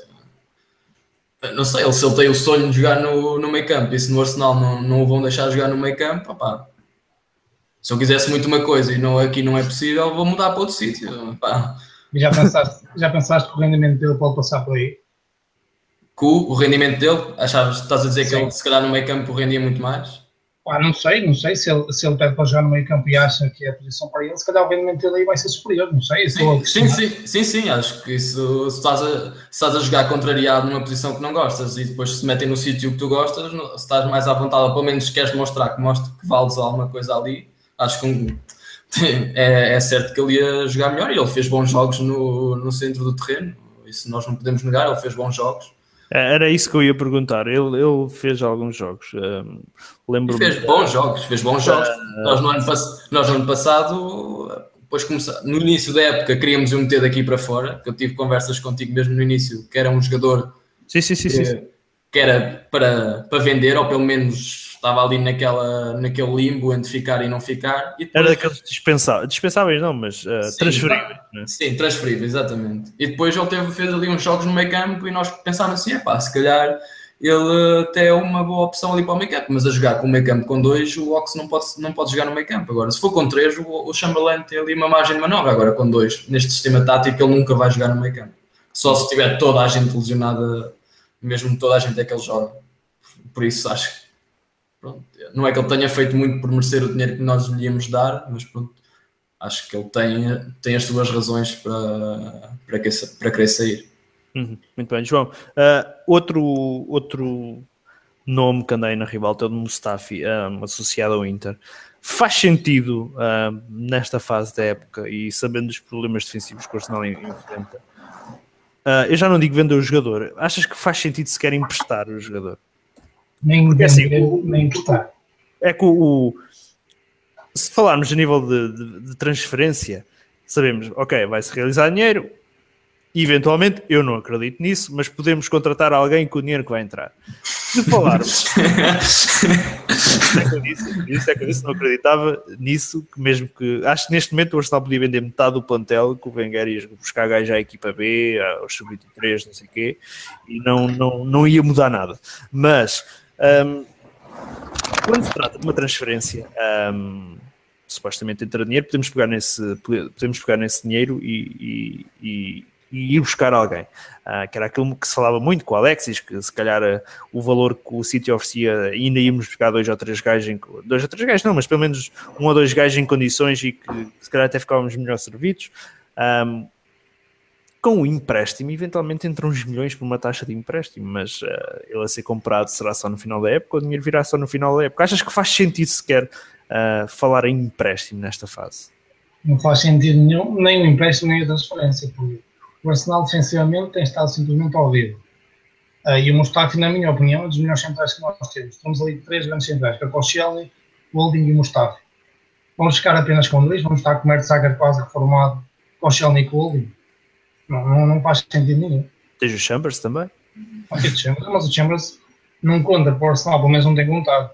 Não sei, ele, se ele tem o sonho de jogar no, no meio campo e se no Arsenal não, não o vão deixar jogar no meio campo, opá. Se eu quisesse muito uma coisa e não, aqui não é possível, vou mudar para outro sítio. E já pensaste, já pensaste que o rendimento dele pode passar por aí? Com o rendimento dele? Achavas, estás a dizer Sim. que ele se calhar no meio campo rendia muito mais? Ah, não sei, não sei se ele, se ele pede para jogar no meio campo e acha que é a posição para ele, se calhar o rendimento dele aí vai ser superior, não sei. Sim, sim, sim, sim, sim, acho que isso, se estás, a, se estás a jogar contrariado numa posição que não gostas e depois se metem no sítio que tu gostas, se estás mais à vontade, ou pelo menos queres mostrar que, mostra, que vales alguma coisa ali, acho que um, é, é certo que ele ia jogar melhor e ele fez bons jogos no, no centro do terreno, isso nós não podemos negar, ele fez bons jogos. Era isso que eu ia perguntar. Ele, ele fez alguns jogos. Um, lembro fez bons jogos, fez bons jogos. Uh, nós, no ano, nós no ano passado, depois começar, no início da época, queríamos o meter daqui para fora. Que eu tive conversas contigo mesmo no início, que era um jogador sim, sim, sim, que, sim. que era para, para vender, ou pelo menos estava ali naquela, naquele limbo entre ficar e não ficar. E depois... Era daqueles dispensáveis, dispensáveis não, mas uh, sim, transferíveis. Né? Sim, transferíveis, exatamente. E depois ele teve, fez ali uns jogos no meio campo e nós pensámos assim, epá, se calhar ele até é uma boa opção ali para o meio campo, mas a jogar com o meio campo com dois, o Ox não pode, não pode jogar no meio campo. Agora, se for com três, o, o Chamberlain tem ali uma margem de manobra. Agora, com dois, neste sistema tático, ele nunca vai jogar no meio campo. Só se tiver toda a gente lesionada, mesmo toda a gente é que ele joga. Por isso, acho que pronto, não é que ele tenha feito muito por merecer o dinheiro que nós lhe íamos dar, mas pronto, acho que ele tem, tem as suas razões para, para, que, para querer sair. Uhum, muito bem, João. Uh, outro, outro nome que andei na ribalta é o de Mustafi, um, associado ao Inter. Faz sentido uh, nesta fase da época e sabendo dos problemas defensivos que o Arsenal enfrenta. Uh, eu já não digo vender o jogador. Achas que faz sentido sequer emprestar o jogador? Nem vender, assim, nem emprestar. É que o, o, se falarmos a nível de, de, de transferência, sabemos, ok, vai-se realizar dinheiro. Eventualmente, eu não acredito nisso, mas podemos contratar alguém com o dinheiro que vai entrar. Se falarmos... isso é que eu disse, isso é que eu disse, não acreditava nisso, que mesmo que... Acho que neste momento o Arsenal podia vender metade do plantel, que o Wenger ia buscar gajos à equipa B, aos sub vinte e três, não sei o quê, e não, não, não ia mudar nada. Mas, um, quando se trata de uma transferência... Um, supostamente entra dinheiro, podemos pegar nesse, podemos pegar nesse dinheiro e... e, e e ir buscar alguém, uh, que era aquilo que se falava muito com o Alexis, que se calhar uh, o valor que o City oferecia, ainda íamos buscar dois ou três gajos, em, dois ou três gajos não, mas pelo menos um ou dois gajos em condições e que se calhar até ficávamos melhor servidos. Um, com o empréstimo, eventualmente entram uns milhões por uma taxa de empréstimo, mas uh, ele a ser comprado será só no final da época, o dinheiro virá só no final da época. Achas que faz sentido sequer uh, falar em empréstimo nesta fase? Não faz sentido nenhum, nem o empréstimo nem a transferência, porque o Arsenal defensivamente tem estado simplesmente ao vivo. Uh, e o Mustafi, na minha opinião, é um dos melhores centrais que nós temos. Temos ali três grandes centrais, que é o Koscielny, o Holding e o Mustafi. Vamos ficar apenas com dois, vamos estar com o Mertesacker quase reformado, Koscielny e o Holding. Não, não, não faz sentido nenhum. Tens o Chambers também? Okay, o Chambers, mas o Chambers não conta para o Arsenal, pelo menos não tem contado.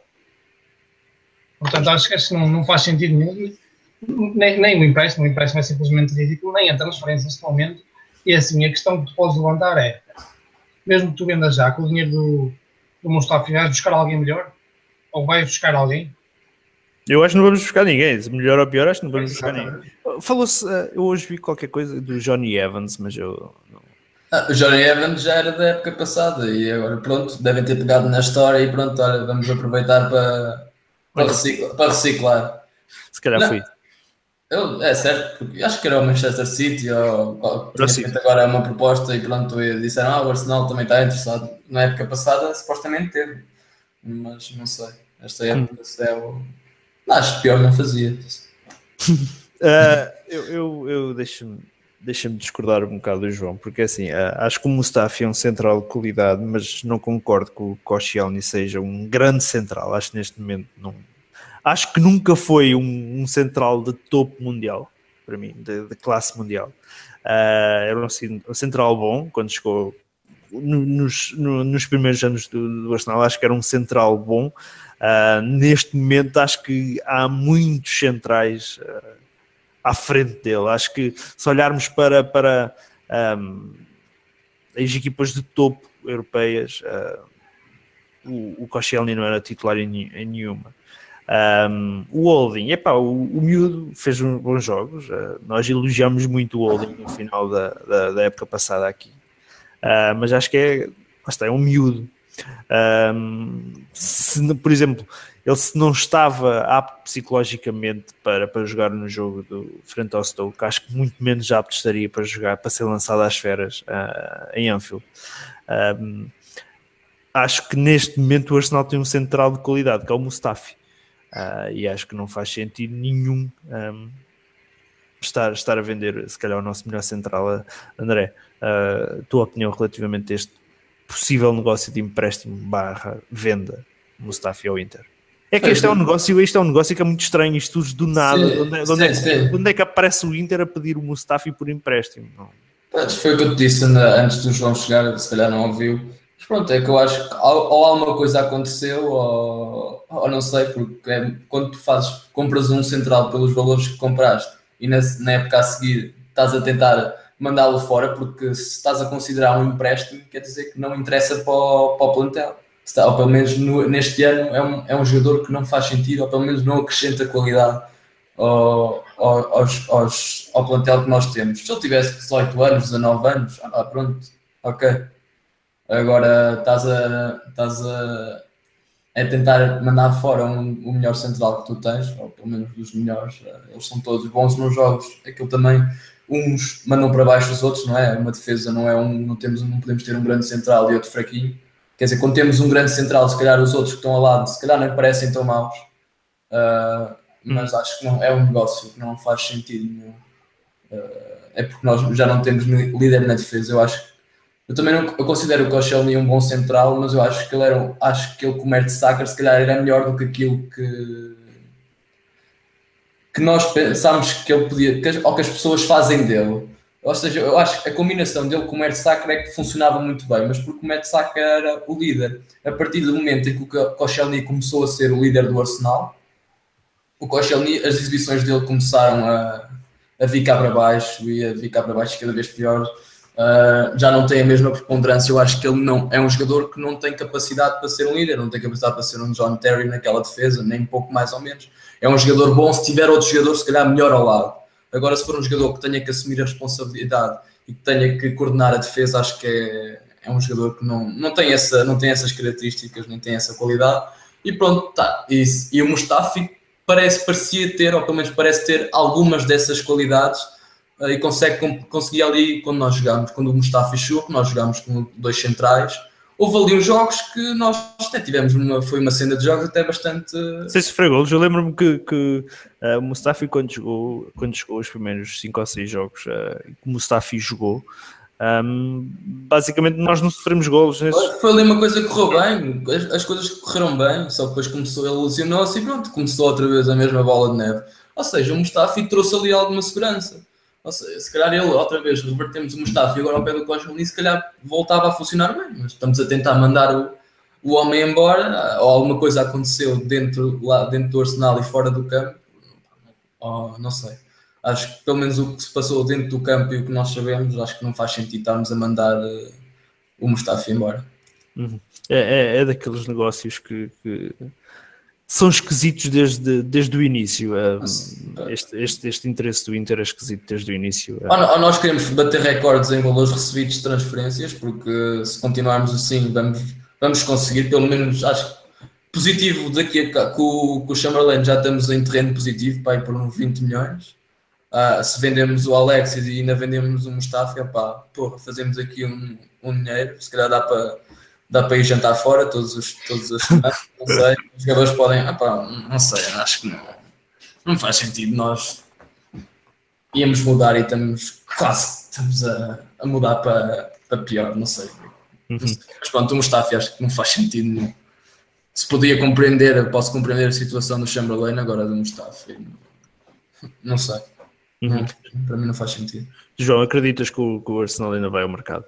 Portanto, acho que acho que não, não faz sentido nenhum. Nem, nem o empréstimo, o empréstimo é simplesmente ridículo, nem a transferência neste momento. E assim, a questão que tu podes levantar é, mesmo que tu vendas já com o dinheiro do, do Mustafi, vais buscar alguém melhor? Ou vais buscar alguém? Eu acho que não vamos buscar ninguém. Se melhor ou pior, acho que não vamos buscar ninguém. Falou-se, eu hoje vi qualquer coisa do Johnny Evans, mas eu... Não... Ah, o Johnny Evans já era da época passada e agora pronto, devem ter pegado na história e pronto, olha, vamos aproveitar para, para, reciclar, para reciclar. Se calhar não. foi. Eu, é certo, porque acho que era o Manchester City ou, ou agora é uma proposta e pronto, e disseram, ah, o Arsenal também está interessado. Na época passada supostamente teve, mas não sei, esta época hum. se é o... Não, acho que pior não fazia. uh, eu eu, eu deixo-me deixa-me discordar um bocado do João, porque assim, uh, acho que o Mustafi é um central de qualidade, mas não concordo que o Koscielny seja um grande central, acho que neste momento não... Acho que nunca foi um, um central de topo mundial, para mim, de, de classe mundial. Uh, era um, um central bom, quando chegou no, nos, no, nos primeiros anos do, do Arsenal, acho que era um central bom. Uh, neste momento, acho que há muitos centrais uh, à frente dele. Acho que se olharmos para, para um, as equipas de topo europeias, uh, o, o Koscielny não era titular em, em nenhuma. Um, o Holding, epá, o, o miúdo fez uns bons jogos, uh, nós elogiamos muito o Holding no final da, da, da época passada aqui, uh, mas acho que é, está, é um miúdo. Um, se, por exemplo, ele se não estava apto psicologicamente para, para jogar no jogo do, frente ao Stoke, acho que muito menos apto estaria para jogar, para ser lançado às feras uh, em Anfield. Um, acho que neste momento o Arsenal tem um central de qualidade, que é o Mustafi. Uh, e acho que não faz sentido nenhum um, estar, estar a vender se calhar o nosso melhor central. André, uh, tua opinião relativamente a este possível negócio de empréstimo barra venda Mustafi ao Inter? É que este é um negócio, este é um negócio que é muito estranho, isto surge do nada. Sim, onde, sim, onde, é que, sim. onde é que aparece o Inter a pedir o Mustafi por empréstimo? Não. Foi o que eu te disse antes do João chegar, se calhar não ouviu, Pronto, é que eu acho que ou alguma coisa aconteceu ou, ou não sei, porque é, quando tu fazes, compras um central pelos valores que compraste e na, na época a seguir estás a tentar mandá-lo fora, porque se estás a considerar um empréstimo, quer dizer que não interessa para o, para o plantel. Está, ou pelo menos no, neste ano é um, é um jogador que não faz sentido, ou pelo menos não acrescenta qualidade ao, ao, aos, aos, ao plantel que nós temos. Se ele tivesse dezoito anos, dezanove anos, ah, pronto, ok. Agora estás a, estás a, a tentar mandar fora um, o melhor central que tu tens, ou pelo menos dos melhores. Eles são todos bons nos jogos. Aquilo também, uns mandam para baixo os outros, não é? Uma defesa não é um, não, temos, não podemos ter um grande central e outro fraquinho. Quer dizer, quando temos um grande central, se calhar os outros que estão ao lado, se calhar não parecem tão maus. Uh, mas hum. acho que não, é um negócio que não faz sentido nenhum. Uh, é porque nós já não temos líder na defesa. Eu acho Eu também não, eu considero o Koscielny um bom central, mas eu acho que ele era, acho que ele com o Mertesacker se calhar era melhor do que aquilo que, que nós pensámos que ele podia, que, ou que as pessoas fazem dele. Ou seja, eu acho que a combinação dele com o Mertesacker é que funcionava muito bem, mas porque o Mertesacker era o líder. A partir do momento em que o Koscielny começou a ser o líder do Arsenal, o Koscielny, as exibições dele começaram a, a vir cá para baixo e a vir cá para baixo cada vez pior. Uh, já não tem a mesma preponderância. Eu acho que ele não é um jogador que não tem capacidade para ser um líder, não tem capacidade para ser um John Terry naquela defesa, nem pouco mais ou menos. É um jogador bom, se tiver outro jogador se calhar melhor ao lado. Agora, se for um jogador que tenha que assumir a responsabilidade e que tenha que coordenar a defesa, acho que é, é um jogador que não, não, tem essa, não tem essas características, nem tem essa qualidade. E pronto, tá. E, e o Mustafi parece, parecia ter, ou pelo menos parece ter algumas dessas qualidades e consegue conseguir ali, quando nós jogámos, quando o Mustafi chegou, que nós jogámos com dois centrais, houve ali uns jogos que nós até tivemos, uma, foi uma cena de jogos até bastante... Sei se foi golos, eu lembro-me que, que uh, o Mustafi quando jogou, quando jogou os primeiros cinco ou seis jogos, uh, que o Mustafi jogou, um, basicamente nós não sofremos golos. Nesses... Foi ali uma coisa que correu bem, as, as coisas que correram bem, só depois começou, ele lesionou-se e pronto, começou outra vez a mesma bola de neve. Ou seja, o Mustafi trouxe ali alguma segurança. Ou seja, se calhar ele, outra vez, revertemos o Mustafi agora ao pé do Koscielny, se calhar voltava a funcionar bem, mas estamos a tentar mandar o, o homem embora, ou alguma coisa aconteceu dentro, lá, dentro do Arsenal e fora do campo, ou, não sei. Acho que pelo menos o que se passou dentro do campo e o que nós sabemos, acho que não faz sentido estarmos a mandar uh, o Mustafi embora. Uhum. É, é, é daqueles negócios que... que... são esquisitos desde, desde o início. Este, este, este interesse do Inter é esquisito desde o início. Ou nós queremos bater recordes em valores recebidos de transferências, porque se continuarmos assim vamos, vamos conseguir, pelo menos acho positivo daqui a com, com o Chamberlain já estamos em terreno positivo para ir por uns vinte milhões. Ah, se vendemos o Alexis e ainda vendemos o Mustafi, pá, porra, fazemos aqui um, um dinheiro, se calhar dá para dá para ir jantar fora todos os, todos os não sei, os jogadores podem, ah, pá, não sei, acho que não, não faz sentido, nós íamos mudar e estamos quase estamos a, a mudar para, para pior, não sei. Uhum. Mas pronto, o Mustafi acho que não faz sentido nenhum. Se podia compreender, posso compreender a situação do Chamberlain, agora do Mustafi, não sei. Uhum. Não, para mim não faz sentido. João, acreditas que o, que o Arsenal ainda vai ao mercado?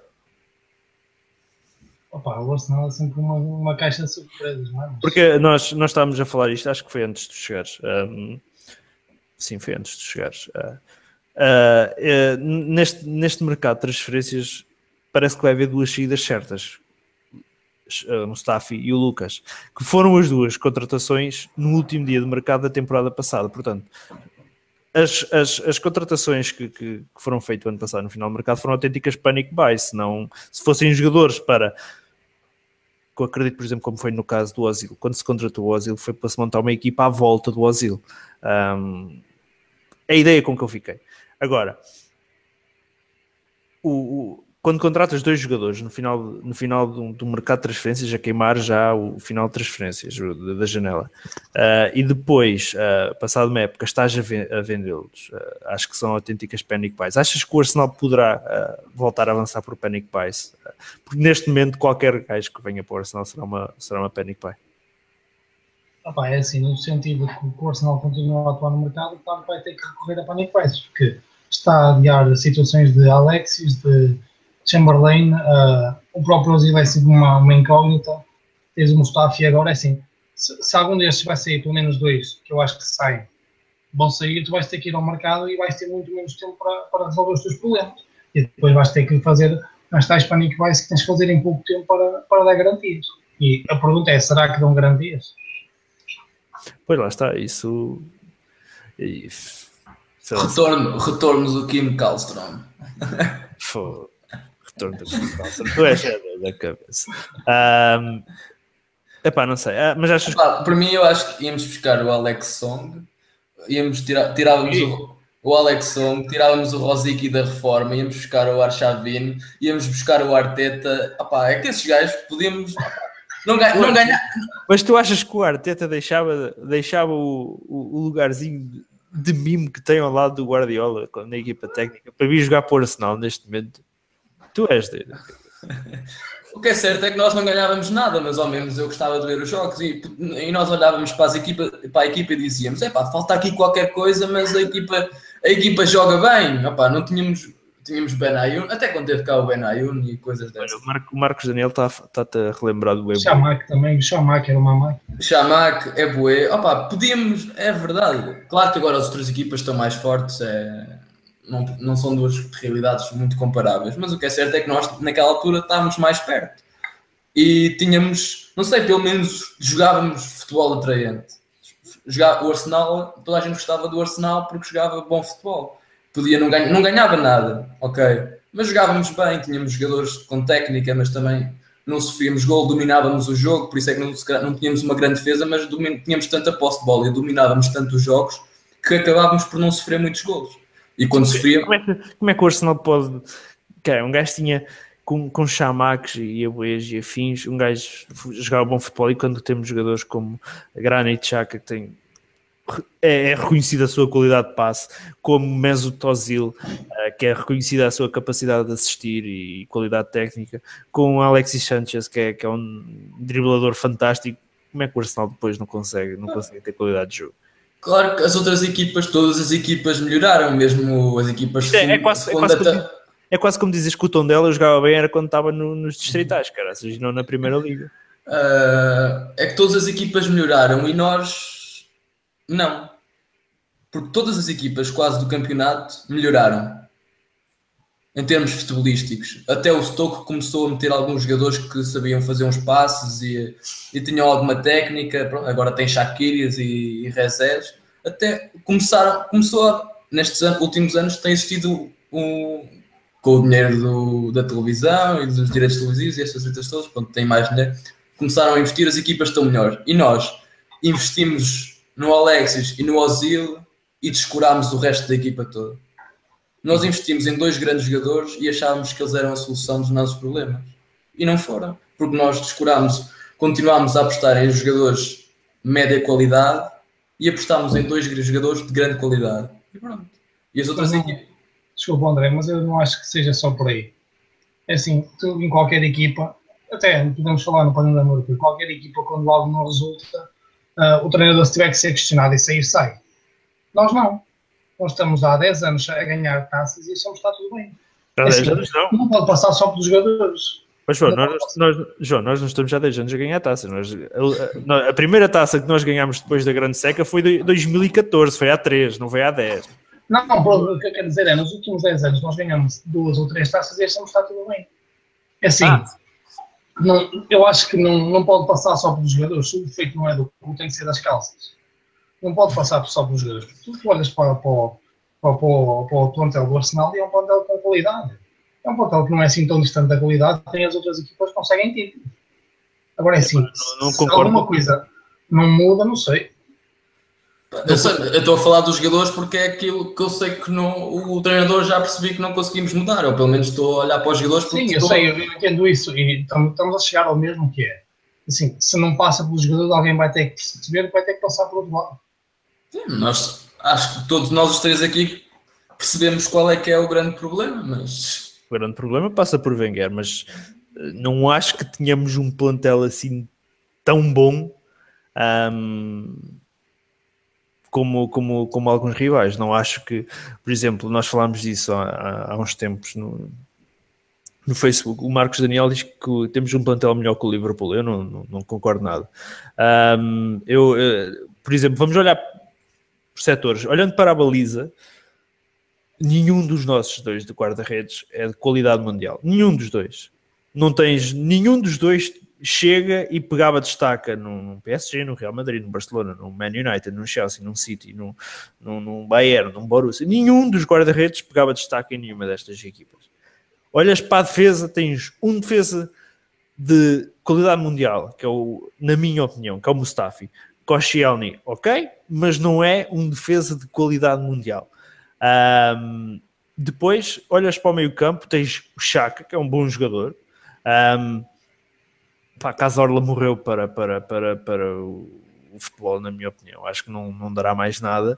Opa, o Arsenal é sempre uma, uma caixa de surpresas, não é? Mas... Porque nós, nós estávamos a falar isto, acho que foi antes de chegares. Um, sim, foi antes de chegares. Uh, uh, uh, neste, neste mercado de transferências, parece que vai haver duas saídas certas. O Mustafi e o Lucas, que foram as duas contratações no último dia de mercado da temporada passada. Portanto, as, as, as contratações que, que, que foram feitas ano passado no final do mercado foram autênticas panic buys. Se, não, se fossem jogadores para... que eu acredito, por exemplo, como foi no caso do Ozil, quando se contratou o Ozil foi para se montar uma equipa à volta do Ozil. Um, é a ideia com que eu fiquei. Agora, o, o, quando contratas dois jogadores no final, no final do, do mercado de transferências, a queimar já o final de transferências da, da janela, uh, e depois, uh, passado uma época, estás a, ven- a vendê-los, uh, acho que são autênticas panic buys. Achas que o Arsenal poderá uh, voltar a avançar por panic buys? Uh, porque neste momento qualquer gajo que venha para o Arsenal será uma, será uma panic buy. Opa, é assim, no sentido que o Arsenal continua a atuar no mercado, claro, vai ter que recorrer a panic buys, porque está a adiar situações de Alexis, de Chamberlain, uh, o próprio Ozil é sempre uma, uma incógnita. Tens o Mustafi agora, é assim, se, se algum destes vai sair, pelo menos dois, que eu acho que saem, vão sair, tu vais ter que ir ao mercado e vais ter muito menos tempo para, para resolver os teus problemas. E depois vais ter que fazer as tais panic buys que tens que fazer em pouco tempo para, para dar garantias. E a pergunta é, será que dão garantias? Pois lá está, isso... isso retorno, retorno do Kim Kallström. Fô, retorno do Kim Kallström. Tu és da cabeça. Um, epá, não sei, ah, mas achas epá, que... Para mim eu acho que íamos buscar o Alex Song, íamos tirar, tirávamos o, o Alex Song, tirávamos o Rosicky da reforma, íamos buscar o Arshavin, íamos buscar o Arteta. Epá, é que esses gajos podíamos... Não, ganha, não ganhar. Mas tu achas que o Arteta deixava, deixava o, o, o lugarzinho de mimo que tem ao lado do Guardiola na equipa técnica para vir jogar para o Arsenal neste momento? Tu és dele. O que é certo é que nós não ganhávamos nada, mas ao menos eu gostava de ver os jogos e, e nós olhávamos para, as equipa, para a equipa e dizíamos: é pá, falta aqui qualquer coisa, mas a equipa, a equipa joga bem. Epá, não tínhamos. Tínhamos Benayoun, até quando teve cá o Benayoun e coisas dessas. O, Marco, o Marcos Daniel está-te tá a relembrar do Ebu. Chamac também, o Chamac era uma máquina. Chamac, Ebué, opa, podíamos, é verdade. Claro que agora as outras equipas estão mais fortes, é, não, não são duas realidades muito comparáveis, mas o que é certo é que nós naquela altura estávamos mais perto. E tínhamos, não sei, pelo menos jogávamos futebol atraente. Jogava, o Arsenal, toda a gente gostava do Arsenal porque jogava bom futebol. Podia não, ganha, não ganhava nada, ok, mas jogávamos bem, tínhamos jogadores com técnica, mas também não sofríamos gol, dominávamos o jogo, por isso é que não, não tínhamos uma grande defesa, mas domin, tínhamos tanta posse de bola e dominávamos tanto os jogos que acabávamos por não sofrer muitos golos. E quando sofríamos... Como é que, como é que o Arsenal pode... Okay, um gajo tinha com, com chamaques e abuês e afins, um gajo jogava bom futebol e quando temos jogadores como a Granit Xhaka, que tem... É, é reconhecida a sua qualidade de passe, como Mesut Ozil, uh, que é reconhecida a sua capacidade de assistir e qualidade técnica, com Alexis Sanchez, que é, que é um driblador fantástico. Como é que o Arsenal depois não consegue, não consegue ter qualidade de jogo? Claro que as outras equipas, todas as equipas melhoraram, mesmo as equipas de é, é, quase, é, quase como, é quase como dizes que o Tondela jogava bem era quando estava no, nos distritais, cara, ou seja, não na primeira liga. Uh, é que todas as equipas melhoraram e nós não, porque todas as equipas quase do campeonato melhoraram em termos futebolísticos. Até o Stoke começou a meter alguns jogadores que sabiam fazer uns passes e, e tinham alguma técnica. Agora tem Shaqirias e, e Rezés. Até começaram, começou a, nestes anos, últimos anos tem existido um, com o dinheiro do, da televisão e dos direitos televisivos e estas coisas todas, quando tem mais dinheiro, começaram a investir, as equipas estão melhor. E nós investimos no Alexis e no Ozil e descurámos o resto da equipa toda. Nós investimos em dois grandes jogadores e achávamos que eles eram a solução dos nossos problemas. E não foram, porque nós descurámos, continuámos a apostar em jogadores de média qualidade e apostámos em dois jogadores de grande qualidade. E pronto. E as outras equipas... Desculpa, André, mas eu não acho que seja só por aí. É assim, tu em qualquer equipa, até podemos falar no Panel da América, qualquer equipa quando algo não resulta, Uh, o treinador, se tiver que ser questionado e sair, sai. Nós não. Nós estamos há dez anos a ganhar taças e achamos que está tudo bem. Há dez anos não. Não pode passar só pelos jogadores. Mas, João, nós, nós, João, nós não estamos há dez anos a ganhar taças. Nós, a, a primeira taça que nós ganhámos depois da grande seca foi de dois mil e catorze, foi há três, não foi há dez. Não, não, o que eu quero dizer é, nos últimos dez anos nós ganhamos duas ou três taças e achamos que está tudo bem. É assim... Ah. Não, eu acho que não, não pode passar só pelos jogadores. O defeito não é do clube, tem que ser das calças. Não pode passar só pelos jogadores. Tu, tu olhas para, para, para, para, para o plantel do Arsenal e é um plantel com qualidade. É um plantel que não é assim tão distante da qualidade, tem as outras equipas que conseguem títulos. Agora é assim, não, não se concordo. Alguma coisa não muda, não sei. Eu, sei, eu estou a falar dos jogadores porque é aquilo que eu sei que não, o treinador já percebi que não conseguimos mudar, ou pelo menos estou a olhar para os jogadores porque sim, eu estou... sei, eu entendo isso e estamos a chegar ao mesmo que é. Assim, se não passa pelos jogadores, alguém vai ter que perceber que vai ter que passar por outro lado. Sim, nós, acho que todos nós os três aqui percebemos qual é que é o grande problema, mas... O grande problema passa por Wenger, mas não acho que tenhamos um plantel assim tão bom... Um... Como, como, como alguns rivais. Não acho que, por exemplo, nós falámos disso há, há uns tempos no, no Facebook, o Marcos Daniel diz que temos um plantel melhor que o Liverpool. Eu não, não, não concordo nada. Um, eu, uh, por exemplo, vamos olhar por setores. Olhando para a baliza, nenhum dos nossos dois de guarda-redes é de qualidade mundial. Nenhum dos dois. Não tens... Nenhum dos dois chega e pegava destaca num P S G, no Real Madrid, no Barcelona, no Man United, no Chelsea, num City, num, num, num Bayern, num Borussia. Nenhum dos guarda-redes pegava destaca em nenhuma destas equipas. Olhas para a defesa, tens um defesa de qualidade mundial, que é o, na minha opinião, que é o Mustafi. Koscielny, ok, mas não é um defesa de qualidade mundial. Um, depois, olhas para o meio campo, tens o Xhaka, que é um bom jogador. Um, pá, Cazorla morreu para, para, para, para o, o futebol, na minha opinião. Acho que não, não dará mais nada.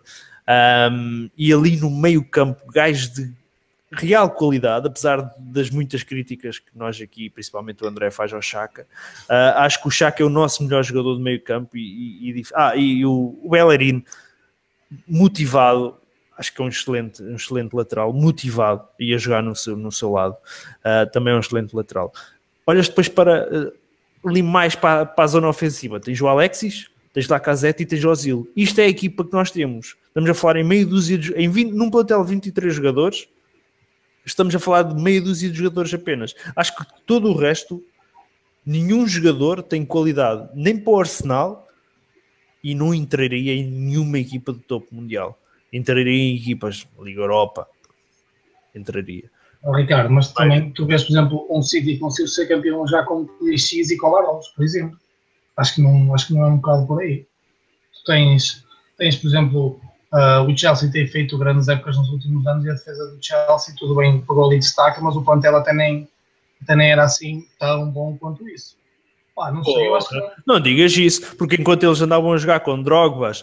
Um, e ali no meio campo, gajos de real qualidade, apesar das muitas críticas que nós aqui, principalmente o André, faz ao Xhaka. Uh, acho que o Xhaka é o nosso melhor jogador de meio campo e, e, e, ah, e o, o Bellerin, motivado, acho que é um excelente, um excelente lateral, motivado e a jogar no seu, no seu lado, uh, também é um excelente lateral. Olhas depois para uh, ali mais para, para a zona ofensiva, tens o Alexis, tens Lacazette e tens o Ozil. Isto é a equipa que nós temos. Estamos a falar em meio dúzia de, em vinte, num plantel de vinte e três jogadores. Estamos a falar de meia dúzia de jogadores apenas. Acho que todo o resto, nenhum jogador tem qualidade nem para o Arsenal e não entraria em nenhuma equipa de topo mundial. Entraria em equipas Liga Europa. Entraria. Oh, Ricardo, mas também tu vês, por exemplo, um City que conseguiu ser campeão já com X e Kolarov, por exemplo. Acho que, não, acho que não é um bocado por aí. Tu tens, tens por exemplo... Uh, o Chelsea tem feito grandes épocas nos últimos anos e a defesa do Chelsea, tudo bem, pegou ali destaque, mas o plantel até nem, até nem era assim tão bom quanto isso. Pá, não sei, eu acho que não... não digas isso, porque enquanto eles andavam a jogar com Drogbas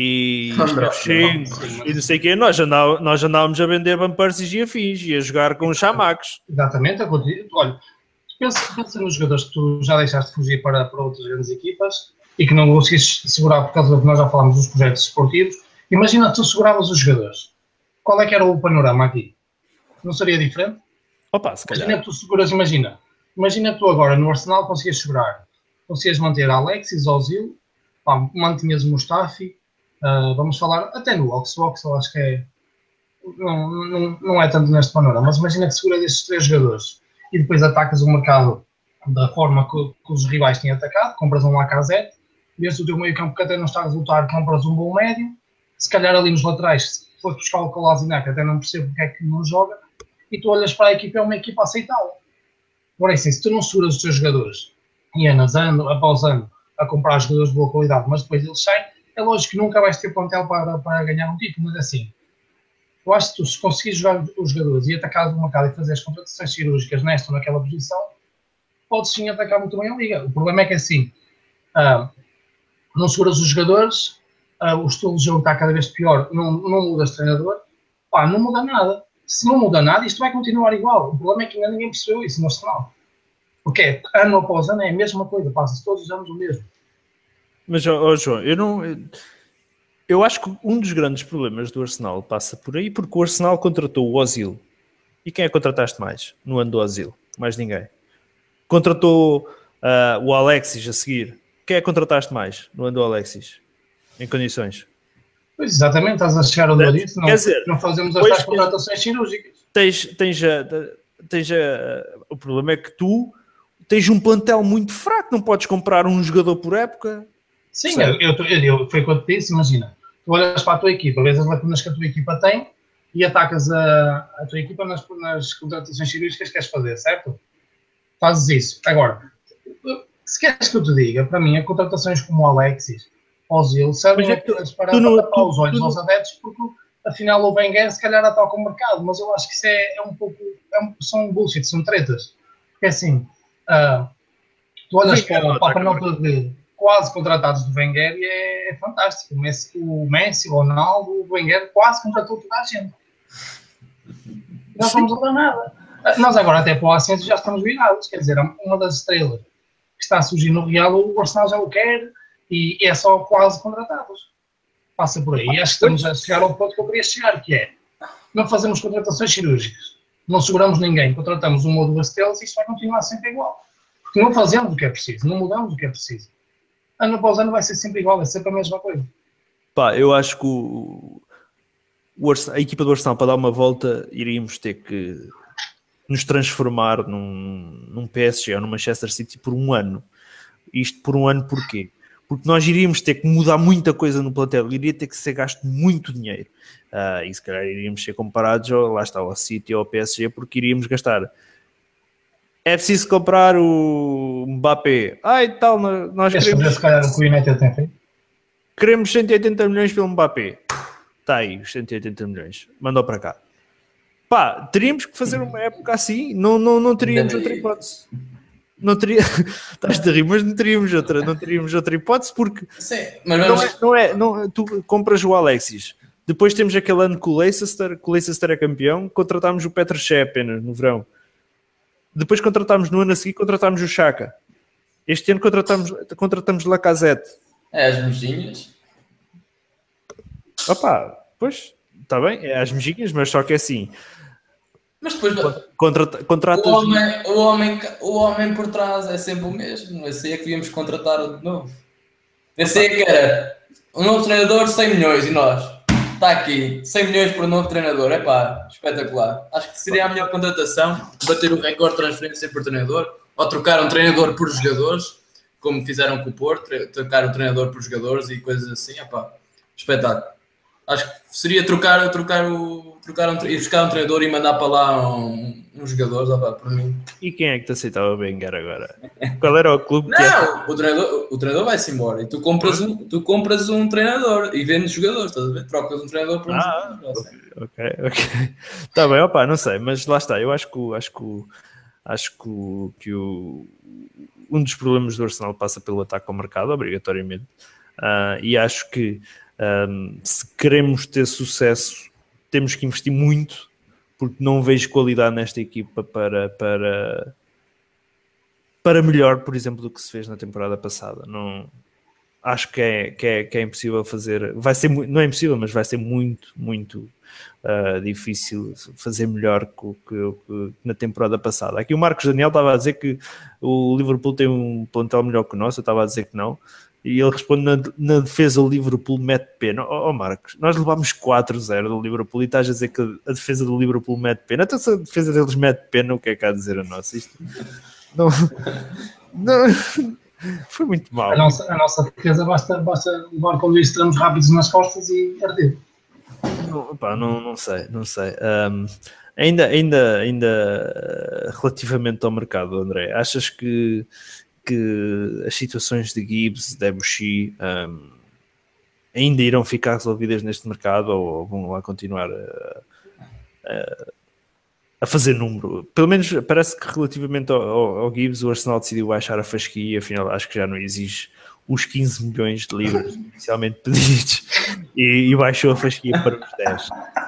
e Shevchenko e não sei o quê, nós, andava, nós andávamos a vender Bumpers e afins e a jogar com os chamacos. Exatamente, olha, pensa, pensa nos jogadores que tu já deixaste fugir para, para outras grandes equipas e que não conseguiste segurar por causa do que nós já falámos dos projetos esportivos. Imagina que tu seguravas os jogadores. Qual é que era o panorama aqui? Não seria diferente? Opa, se calhar. Imagina que tu seguras, imagina. Imagina que tu agora no Arsenal conseguias segurar. Conseguias manter Alexis, Ozil, pá, mantinhas o Mustafi, uh, vamos falar até no Oxford, Oxford acho que é... Não, não, não é tanto neste panorama, mas imagina que seguras esses três jogadores e depois atacas o mercado da forma que, que os rivais têm atacado, compras um Lacazette, vês o teu meio campo que até não está a resultar, compras um bom médio. Se calhar ali nos laterais, se for buscar o Kolasinac, até não percebo porque é que não joga, e tu olhas para a equipa, é uma equipa aceitável. Agora, assim, se tu não seguras os teus jogadores e andas ano após ano a comprar jogadores de boa qualidade, mas depois eles saem, é lógico que nunca vais ter plantel para, para ganhar um título, mas assim, eu acho que tu, se conseguires jogar os jogadores e atacar o mercado e fazer as contratações cirúrgicas nesta ou naquela posição, podes sim atacar muito bem a liga. O problema é que assim, ah, não seguras os jogadores... Uh, o estilo de jogo está cada vez pior, não, não muda de treinador, pá, não muda nada. Se não muda nada, isto vai continuar igual. O problema é que ainda ninguém percebeu isso no Arsenal. Porque é, ano após ano é a mesma coisa, passa-se todos os anos o mesmo. Mas, oh, João, eu não... Eu, eu acho que um dos grandes problemas do Arsenal passa por aí, porque o Arsenal contratou o Ozil. E quem é que contrataste mais no ano do Ozil? Mais ninguém. Contratou uh, o Alexis a seguir. Quem é que contrataste mais no ano do Alexis? Em condições. Pois exatamente, estás a chegar onde eu disse, não, dizer, não fazemos as tais contratações cirúrgicas. Tens, tens, a, tens a, o problema é que tu tens um plantel muito fraco, não podes comprar um jogador por época. Sim, eu, eu, eu, foi quando te disse, imagina, tu olhas para a tua equipa, vês as lacunas que a tua equipa tem e atacas a, a tua equipa nas, nas contratações cirúrgicas que queres fazer, certo? Fazes isso. Agora, se queres que eu te diga, para mim, a contratações como o Alexis, Ozil, servem é apenas para tapar os olhos aos adeptos, porque afinal o Wenger se calhar ataca o mercado, mas eu acho que isso é, é um pouco, é um, são bullshit, são tretas. Porque assim, uh, tu olhas Sim, para, para a panela de quase contratados do Wenger e é, é fantástico. O Messi, o Messi, o Ronaldo, o Wenger quase contratou toda a gente. Não estamos a dar nada. Nós agora até para o ascenso já estamos virados, quer dizer, uma das estrelas que está a surgir no Real, o Arsenal já o quer, e é só quase contratados. Passa por aí. Acho que estamos a chegar ao ponto que eu queria chegar, que é, não fazemos contratações cirúrgicas. não seguramos ninguém, contratamos um ou duas estrelas e isto vai continuar sempre igual. Porque não fazemos o que é preciso, não mudamos o que é preciso. Ano após ano vai ser sempre igual, é sempre a mesma coisa. Pá, eu acho que o, o, a equipa do Arsenal, para dar uma volta, iríamos ter que nos transformar num, num P S G ou num Manchester City por um ano. Isto por um ano porquê? Porque nós iríamos ter que mudar muita coisa no plantel, iria ter que ser gasto muito dinheiro. Uh, e se calhar iríamos ser comparados ao, lá está, ao City ou ao P S G, porque iríamos gastar. É preciso comprar o Mbappé. Ah, e tal, nós Queres queremos... fazer, se calhar, o que o United tem feito? Queremos cento e oitenta milhões pelo Mbappé. Está aí, os cento e oitenta milhões. Mandou para cá. Pá, teríamos que fazer uma época assim. Não, não, não teríamos outra hipótese. Não teria... Estás a rir, mas não teríamos outra, não teríamos outra hipótese porque... Sim, mas vamos... não é, não é, não, tu compras o Alexis. Depois temos aquele ano que o Leicester, que o Leicester é campeão. Contratámos o Petrochet apenas no verão. Depois contratámos no ano a seguir, contratámos o Xhaka. Este ano contratámos, contratámos Lacazette. É as mejinhas. Opa, pois, está bem, é as mejinhas, mas só que é assim. Mas depois... Contrata, contratas... o, homem, o, homem, o homem por trás é sempre o mesmo. Esse aí é que devíamos contratar de novo. Esse aí é que era um novo treinador, cem milhões, e nós... Está aqui, cem milhões por um novo treinador, é pá, espetacular. Acho que seria a melhor contratação, bater o recorde de transferência por treinador, ou trocar um treinador por jogadores, como fizeram com o Porto, trocar um treinador por jogadores e coisas assim, é pá, espetáculo. Acho que seria trocar, trocar o, trocar um, ir buscar um treinador e mandar para lá um, uns jogadores, é pá, por mim. E quem é que te aceitava o Wenger agora? Qual era o clube que... Não, o treinador, o treinador vai-se embora e tu compras, um, tu compras um treinador e vendes jogadores, estás a ver? Trocas um treinador por um ah, jogador. Ok, ok. ok. Está bem, opá, não sei, mas lá está. Eu acho que, acho que, acho que, o, que o, um dos problemas do Arsenal passa pelo ataque ao mercado, obrigatoriamente. Uh, e acho que um, se queremos ter sucesso, temos que investir muito, porque não vejo qualidade nesta equipa para... para para melhor, por exemplo, do que se fez na temporada passada. Não, acho que é, que, é, que é impossível fazer, vai ser, não é impossível, mas vai ser muito, muito uh, difícil fazer melhor que, que, que na temporada passada. Aqui o Marcos Daniel estava a dizer que o Liverpool tem um plantel melhor que o nosso, eu estava a dizer que não, e ele responde na, na defesa o Liverpool mete pena. Ó oh, oh, Marcos, nós levámos quatro a zero do Liverpool e estás a dizer que a defesa do Liverpool mete pena. Então se a defesa deles mete pena, o que é que há a dizer a nossa? Isto... Não, não, foi muito mal. A nossa, a nossa defesa basta, basta levar com dois tramos rápidos nas costas e arder. Não, pá, não, não sei, não sei. Um, ainda, ainda, ainda relativamente ao mercado, André, achas que, que as situações de Gibbs, Debuchy, um, ainda irão ficar resolvidas neste mercado ou vão lá continuar a, a a fazer número? Pelo menos parece que relativamente ao, ao, ao Gibbs o Arsenal decidiu baixar a fasquia e afinal acho que já não exige os quinze milhões de libras inicialmente pedidos e, e baixou a fasquia para os dez.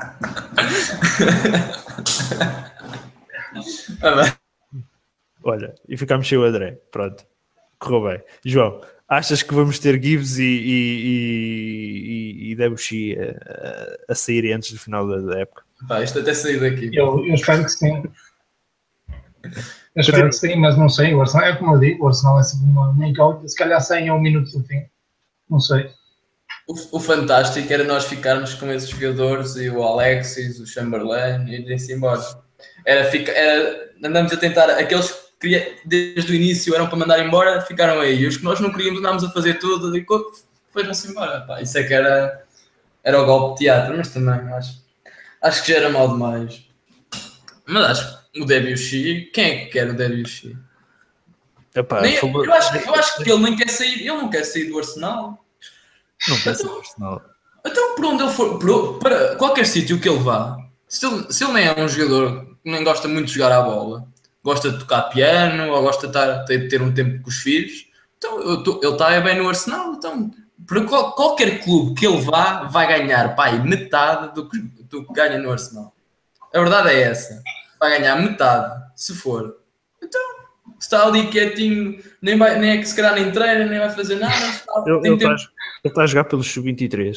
Olha, e ficámos sem o André, pronto, correu bem. João, achas que vamos ter Gibbs e, e, e, e Debuchy a, a sair antes do final da, da época? Pá, isto até sair daqui. Eu, eu espero que sim. Eu espero que sim, mas não sei. O Arsenal é como eu digo, o Arsenal é sempre uma incógnita. Se calhar cem a um minuto do fim. Não sei. O, o fantástico era nós ficarmos com esses jogadores e o Alexis, o Chamberlain e irem-se embora. Era, fica, era, andamos a tentar, aqueles que desde o início eram para mandar embora, ficaram aí. E os que nós não queríamos, andámos a fazer tudo e foram-se embora. Pá, isso é que era, era o golpe de teatro, mas também acho. Acho que já era mal demais. Mas acho que o Debuchy... Quem é que quer o Debuchy? Epá, nem, falou... eu, acho, eu acho que ele nem quer sair. Ele não quer sair do Arsenal. Não quer então, sair do Arsenal. Então, por onde ele for... Por, para qualquer sítio que ele vá... Se ele, se ele nem é um jogador que nem gosta muito de jogar à bola, gosta de tocar piano ou gosta de, estar, de ter um tempo com os filhos, então eu tô, ele está bem no Arsenal. Então, para qual, qualquer clube que ele vá, vai ganhar, pai, metade do que... do que ganha no Arsenal. A verdade é essa. Vai ganhar metade, se for. Então, está ali quietinho, nem, vai, nem é que se calhar nem treina, nem vai fazer nada. Está, ele, ele, tempo... está, ele está a jogar pelos sub vinte e três.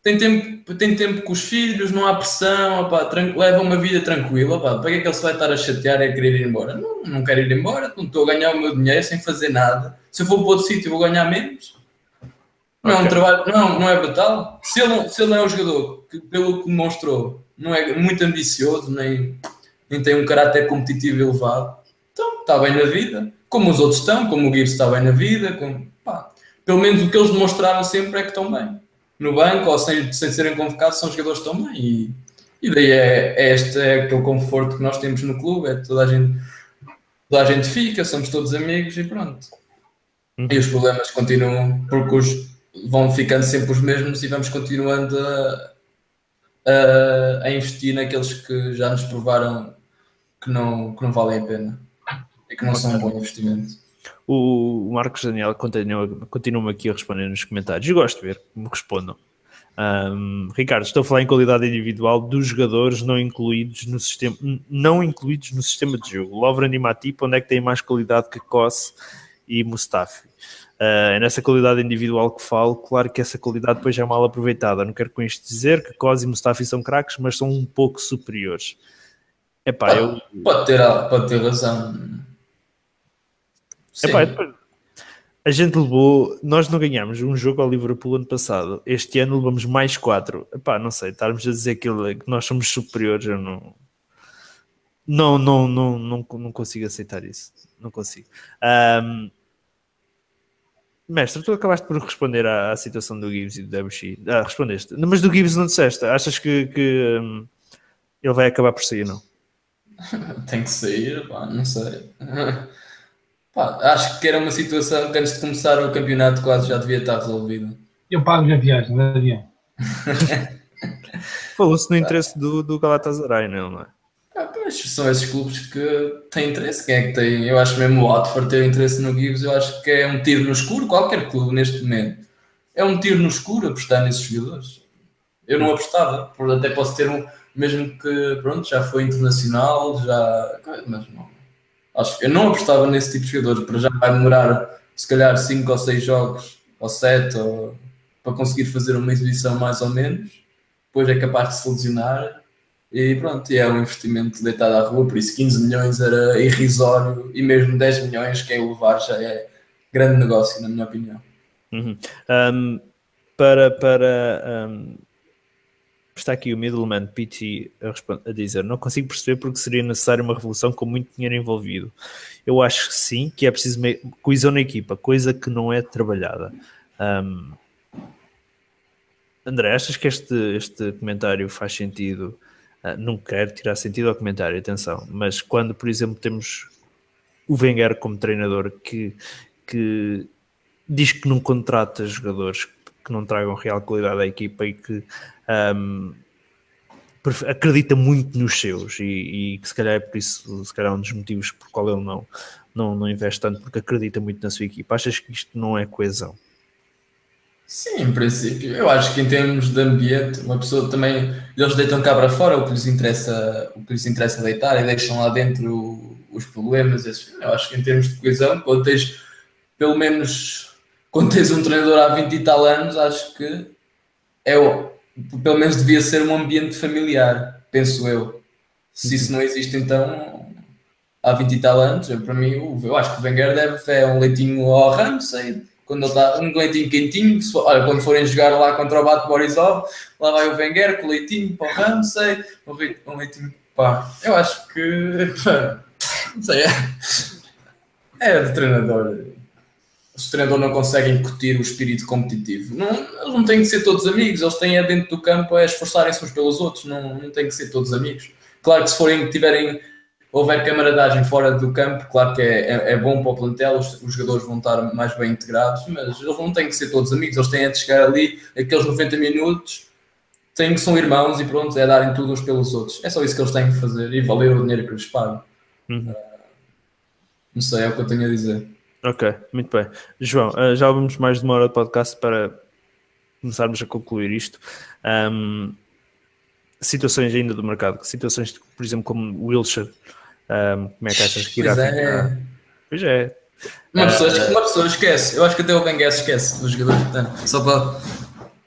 tem tempo, tem tempo com os filhos, não há pressão, opá, tran- leva uma vida tranquila, opá, para que é que ele se vai estar a chatear e a querer ir embora? Não, não quero ir embora, não estou a ganhar o meu dinheiro sem fazer nada. Se eu for para outro sítio vou ganhar menos. Não é um Ok. trabalho, não, não é brutal? Se ele, se ele não é um jogador que, pelo que demonstrou, não é muito ambicioso, nem, nem tem um caráter competitivo elevado, então está bem na vida, como os outros estão, como o Gibbs está bem na vida, como, pá, pelo menos o que eles demonstraram sempre é que estão bem. No banco ou sem, sem serem convocados, são jogadores que estão bem. E, e daí é, é este é aquele conforto que nós temos no clube, é toda a gente, toda a gente fica, somos todos amigos e pronto. Uhum. E os problemas continuam, porque os, vão ficando sempre os mesmos e vamos continuando a, a, a investir naqueles que já nos provaram que não, que não valem a pena e que não são um bom investimento. O Marcos Daniel continua, continua aqui a responder nos comentários. Eu gosto de ver como respondam. Um, Ricardo, estou a falar em qualidade individual dos jogadores não incluídos no sistema, não incluídos no sistema de jogo. Lovren e Matip, onde é que tem mais qualidade que Koss e Mustafi? Uh, é nessa qualidade individual que falo. Claro que essa qualidade depois é mal aproveitada. Não quero com isto dizer que Koss e Mustafi são craques, mas são um pouco superiores. Epá, Pode, eu... pode, ter, pode ter razão. Sim. Epá, depois... A gente levou, nós não ganhámos um jogo ao Liverpool ano passado. Este ano levamos mais quatro. Epá, não sei, estarmos a dizer que nós somos superiores, eu não, não, não, não, não, não consigo aceitar isso. Não consigo. Um, mestre, tu acabaste por responder à, à situação do Gibbs e do Debussy. Ah, respondeste. Mas do Gibbs não disseste. Achas que, que um, ele vai acabar por sair, não? Tem que sair, pá, não sei. Pá, acho que era uma situação que antes de começar o campeonato quase já devia estar resolvida. Eu pago a viagem, não avião. Falou-se no interesse do, do Galatasaray, não é? Ah, pois, são esses clubes que têm interesse. Quem é que tem? Eu acho mesmo o Watford ter interesse no Gibbs, eu acho que é um tiro no escuro. Qualquer clube neste momento é um tiro no escuro apostar nesses jogadores. Eu não apostava, porque até posso ter um, mesmo que pronto, já foi internacional, já. Mas não. Acho que eu não apostava nesse tipo de jogadores, para já vai demorar se calhar cinco ou seis jogos, ou sete, ou, para conseguir fazer uma exibição mais ou menos. Depois é capaz de se lesionar e pronto, e é um investimento deitado à rua, por isso quinze milhões era irrisório e mesmo dez milhões quem o levar já é grande negócio, na minha opinião. Uhum. Um, para... para um... Está aqui o middleman P T a, a dizer: não consigo perceber porque seria necessário uma revolução com muito dinheiro envolvido. Eu acho que sim, que é preciso coesão na equipa, coisa que não é trabalhada. Um, André, achas que este, este comentário faz sentido? Uh, não quero tirar sentido ao comentário, atenção, mas quando, por exemplo, temos o Wenger como treinador que, que diz que não contrata jogadores que não tragam real qualidade à equipa e que um, acredita muito nos seus e, e que se calhar é por isso, se calhar é um dos motivos por qual ele não, não, não investe tanto, porque acredita muito na sua equipa. Achas que isto não é coesão? Sim, em princípio. Eu acho que em termos de ambiente, uma pessoa também, eles deitam cá para fora o que lhes interessa, o que lhes interessa deitar e deixam lá dentro os problemas. Esses. Eu acho que em termos de coesão, quando tens pelo menos... Quando tens um treinador há vinte e tal anos, acho que é o, pelo menos devia ser um ambiente familiar, penso eu. Se isso não existe, então, há vinte e tal anos, eu, para mim, eu acho que o Wenger deve é um leitinho ao Ramsey, quando ele está, um leitinho quentinho. Se, olha, quando forem jogar lá contra o Bate Borisov, lá vai o Wenger com o leitinho para o Ramsey, um leitinho, pá. Eu acho que, pá, não sei, é, é de treinador. Se o treinador não consegue incutir o espírito competitivo, não, eles não têm que ser todos amigos, eles têm é dentro do campo é esforçarem-se uns pelos outros, não, não têm que ser todos amigos. Claro que se forem, tiverem, houver camaradagem fora do campo, claro que é, é, é bom para o plantel, os, os jogadores vão estar mais bem integrados, mas eles não têm que ser todos amigos, eles têm de chegar ali, aqueles noventa minutos, têm que são irmãos e pronto, é darem tudo uns pelos outros. É só isso que eles têm que fazer e valer o dinheiro que lhes pagam. Uhum. Não sei, é o que eu tenho a dizer. Ok, muito bem. João, já ouvimos mais de uma hora de podcast para começarmos a concluir isto. Um, situações ainda do mercado, situações, por exemplo, como o Wilshere, um, como é que achas que irá pois ficar? É. Pois é. Uma pessoa, uh, uma pessoa esquece. Eu acho que até o Wenger esquece dos jogadores que tem. Só para...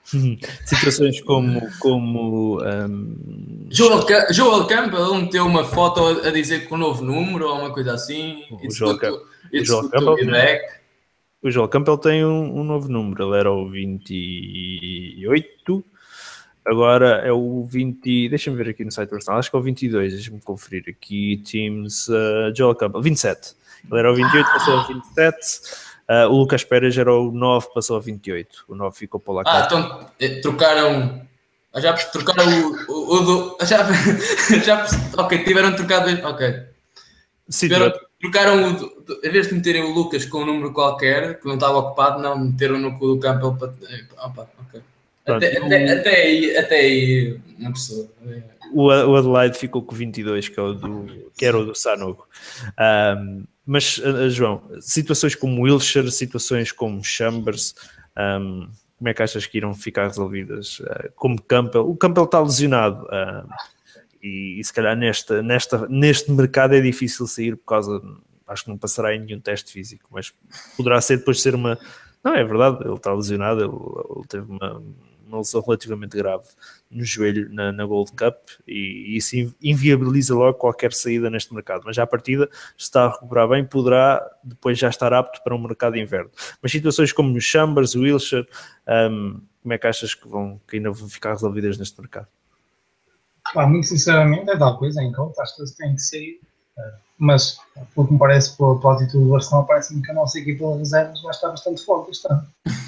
Situações como... como um... Joel, Joel Campbell meteu uma foto a dizer com o novo número ou uma coisa assim. O Joel, Cam o Joel Campbell O Joel Campbell tem um, um novo número, ele era o vinte e oito, agora é o vinte, deixa-me ver aqui no site personal, acho que é o vinte e dois, deixa-me conferir aqui, Teams, uh, Joel Campbell, vinte e sete, ele era o vinte e oito, passou ao vinte e sete, uh, o Lucas Pérez era o nove, passou ao vinte e oito, o nove ficou para lá. Ah, então trocaram, já trocaram o, o, o do, já, já, ok, tiveram trocado, ok. Sim, tiveram, trocaram o, em vez de meterem o Lucas com um número qualquer, que não estava ocupado, não, meteram no cu do Campbell para... Opa, ok. Pronto, até, o, até, até, aí, até aí, uma pessoa. O, o Adelaide ficou com vinte e dois, que, é o do, que era o do Sanogo. Um, mas, uh, João, situações como Wilshere, situações como Chambers, um, como é que achas que irão ficar resolvidas? Uh, como Campbell? O Campbell está lesionado. Uh, E, e se calhar nesta, nesta, neste mercado é difícil sair por causa, acho que não passará em nenhum teste físico, mas poderá ser depois de ser uma, não é verdade, ele está lesionado, ele, ele teve uma, uma lesão relativamente grave no joelho na, na Gold Cup e, e isso inviabiliza logo qualquer saída neste mercado, mas já à partida, se está a recuperar bem, poderá depois já estar apto para um mercado de inverno. Mas situações como Chambers, Wilshere, um, como é que achas que, vão, que ainda vão ficar resolvidas neste mercado? Ah, muito sinceramente, é tal coisa em conta, acho que eles têm que sair, mas pelo que me parece, pela, pela atitude do Arsenal, parece-me que a nossa equipa de reservas vai estar bastante forte este ano.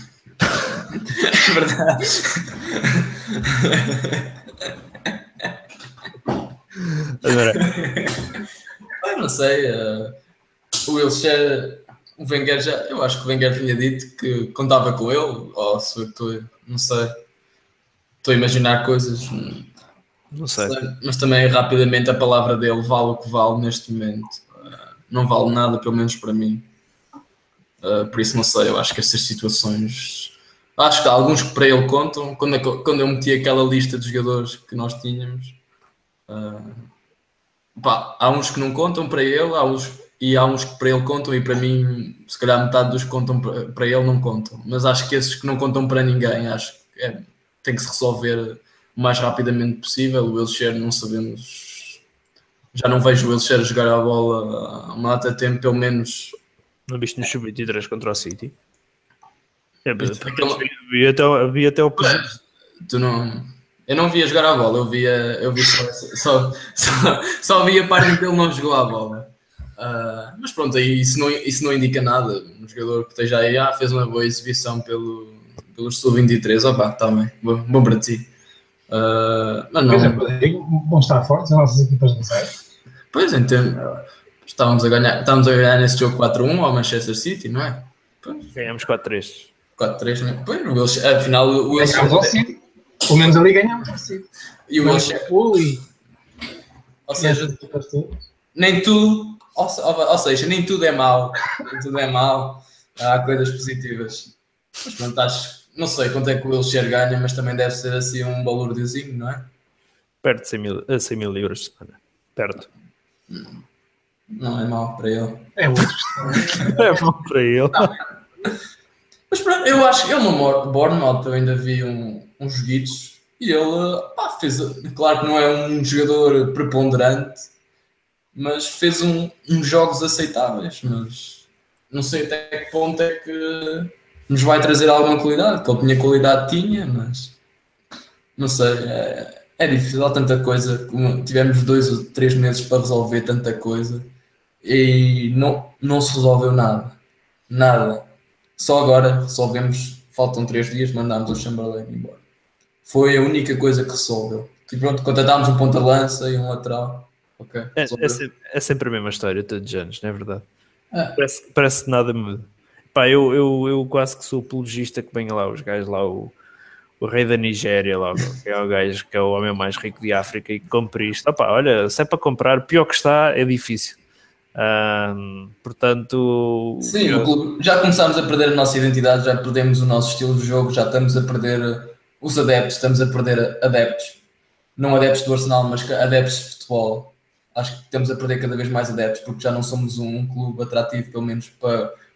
É verdade. Eu não sei, uh, o Wilshere, o Wenger já, eu acho que o Wenger tinha dito que contava com ele, ou se eu estou, não sei, estou a imaginar coisas... Não sei. Mas também rapidamente a palavra dele vale o que vale neste momento. Uh, não vale nada, pelo menos para mim. Uh, por isso não sei, eu acho que estas situações... Acho que há alguns que para ele contam. Quando eu, quando eu meti aquela lista de jogadores que nós tínhamos, uh, pá, há uns que não contam para ele, há uns, e há uns que para ele contam e para mim, se calhar metade dos que contam para, para ele não contam. Mas acho que esses que não contam para ninguém, acho que é, tem que se resolver o mais rapidamente possível. O Wilshere não sabemos, já não vejo o Wilshere jogar a bola há uma data de tempo, pelo menos. Não viste no sub vinte e três contra o City? É, Aquele... vi até, vi até o tu não, eu não via jogar a bola, eu via, eu vi só, só, só, só via a parte em que ele não jogou a bola. Uh, mas pronto, isso não, isso não indica nada. Um jogador que esteja aí, ah, fez uma boa exibição pelo, pelo sub vinte e três, opa, está bem, bom, bom para ti. Uh, mas não. Vão estar fortes as nossas equipas de reserva. Pois, entendo. Estávamos a ganhar, estávamos a ganhar nesse jogo quatro a um ao Manchester City, não é? Pois. Ganhamos quatro a três. quatro a três, não é? Pois, o Wilshere, afinal, o Wilshere... Ganhámos ao City. Pelo menos ali ganhámos ao City. E o Wilshere... Ou seja, nem tudo... Ou, ou seja, nem tudo é mau. Nem tudo é mau. Há coisas positivas. Mas pronto, acho... Não sei quanto é que o Wilshere ganha, mas também deve ser assim um balurdiozinho, não é? Perto de cem mil, cem mil libras de semana. Perto. Não é mau para ele. É outro. É bom para ele. Não. Mas pronto, eu acho que ele no Bournemouth eu ainda vi um, uns joguitos e ele pá, fez. Claro que não é um jogador preponderante, mas fez um, uns jogos aceitáveis. Mas não sei até que ponto é que nos vai trazer alguma qualidade. Que ele tinha qualidade, tinha, mas não sei. É, é difícil, há tanta coisa. Tivemos dois ou três meses para resolver tanta coisa e não, não se resolveu nada. Nada. Só agora resolvemos, faltam três dias, mandámos o Chamberlain embora. Foi a única coisa que resolveu. E pronto, contratámos um ponta-lança e um lateral. Okay, é, é, sempre, é sempre a mesma história todos os anos, não é verdade? É. Parece, parece que nada muda. Pá, eu, eu, eu quase que sou apologista que venha lá os gajos lá, o, o rei da Nigéria, lá, que é o gajo que é o homem mais rico de África e que compre isto. Opá, olha, se é para comprar, pior que está, é difícil. Um, portanto... Sim, eu... o clube, já começámos a perder a nossa identidade, já perdemos o nosso estilo de jogo, já estamos a perder os adeptos, estamos a perder adeptos. Não adeptos do Arsenal, mas adeptos de futebol. Acho que estamos a perder cada vez mais adeptos, porque já não somos um, um clube atrativo, pelo menos para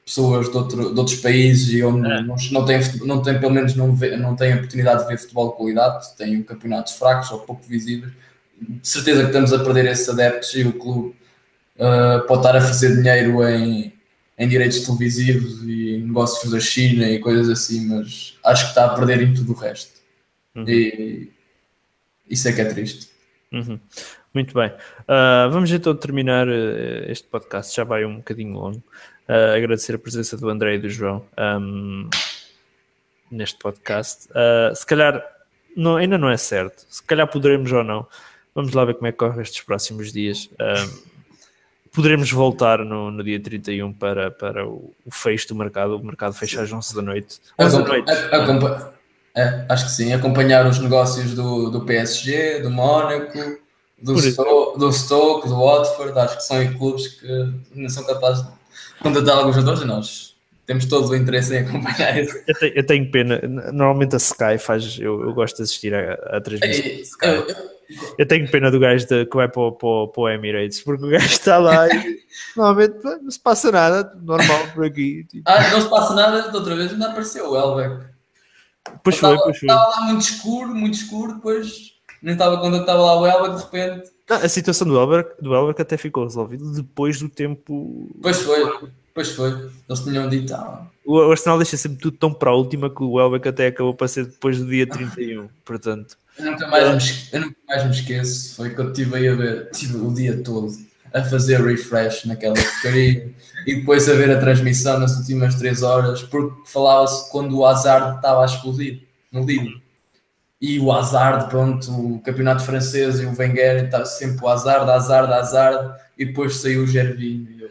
pessoas de, outro, de outros países e onde É. não, não, têm, não têm, pelo menos, não, vê, não têm a oportunidade de ver futebol de qualidade, têm campeonatos fracos ou pouco visíveis. De certeza que estamos a perder esses adeptos e o clube uh, pode estar a fazer dinheiro em, em direitos televisivos e negócios da China e coisas assim, mas acho que está a perder em tudo o resto. Uhum. E isso é que é triste. Uhum. Muito bem. Uh, vamos então terminar uh, este podcast, já vai um bocadinho longo. Uh, agradecer a presença do André e do João um, neste podcast. Uh, se calhar, não, ainda não é certo, se calhar poderemos ou não. Vamos lá ver como é que corre estes próximos dias. Um, poderemos voltar no, no dia trinta e um para, para o, o fecho do mercado. O mercado fecha às onze da noite. onze da noite. A, a, a, é, acho que sim, acompanhar os negócios do, do P S G, do Mónaco, do, Sto, do Stoke, do Watford. Acho que são clubes que não são capazes de contratar alguns jogadores e nós temos todo o interesse em acompanhar isso. Eu tenho, eu tenho pena, normalmente a Sky faz, eu, eu gosto de assistir a, a transmissão da Sky. Eu, eu, eu tenho pena do gajo de, que vai para o, para, o, para o Emirates, porque o gajo está lá e normalmente não se passa nada, normal por aqui. Tipo. Ah, não se passa nada, de outra vez ainda apareceu o Welbeck. Pois foi, pois foi. Estava lá muito escuro, muito escuro, depois nem estava quando eu estava lá o Welbeck, de repente. Não, a situação do Welbeck, do Welbeck até ficou resolvida depois do tempo. Pois foi, pois foi. Eles tinham dito. Ah, o Arsenal deixa sempre tudo tão para a última que o Welbeck até acabou para ser depois do dia trinta e um, portanto. Eu nunca mais, me, eu nunca mais me esqueço, foi que eu estive aí a ver, tive o dia todo a fazer refresh naquela porcaria e depois a ver a transmissão nas últimas três horas, porque falava-se quando o Hazard estava a explodir no Lille. E o Hazard, pronto, o campeonato francês e o Wenger, estava sempre o Hazard, Hazard, Hazard, e depois saiu o Gervinho. E eu,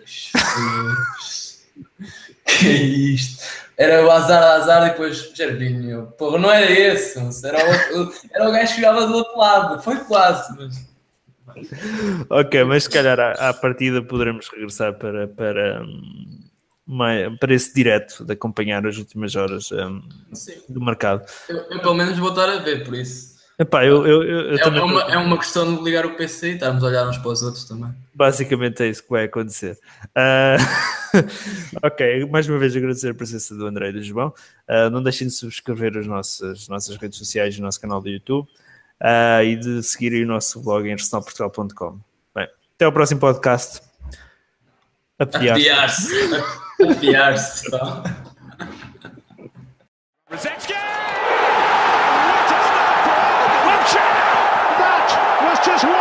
que é isto? Era o Hazard, Hazard e depois Gervinho. Porra, não era esse, era o, outro, era o gajo que jogava do outro lado, foi quase, mas... Ok, mas se calhar à, à partida poderemos regressar para, para, para esse direto de acompanhar as últimas horas um, do mercado. Eu, eu pelo menos vou estar a ver, por isso. Epá, eu, eu, eu, eu é, também... uma, é uma questão de ligar o P C e estarmos a olhar uns para os outros também. Basicamente é isso que vai acontecer. Uh... ok, mais uma vez agradecer a presença do André e do João. Uh, não deixem de subscrever as nossas, as nossas redes sociais e o nosso canal do YouTube. Uh, e de seguir o nosso blog em arsenal portugal ponto com. Bem, até ao próximo podcast. A piar-se. A piar-se. Rosecki! What a start for Wilshere! That was just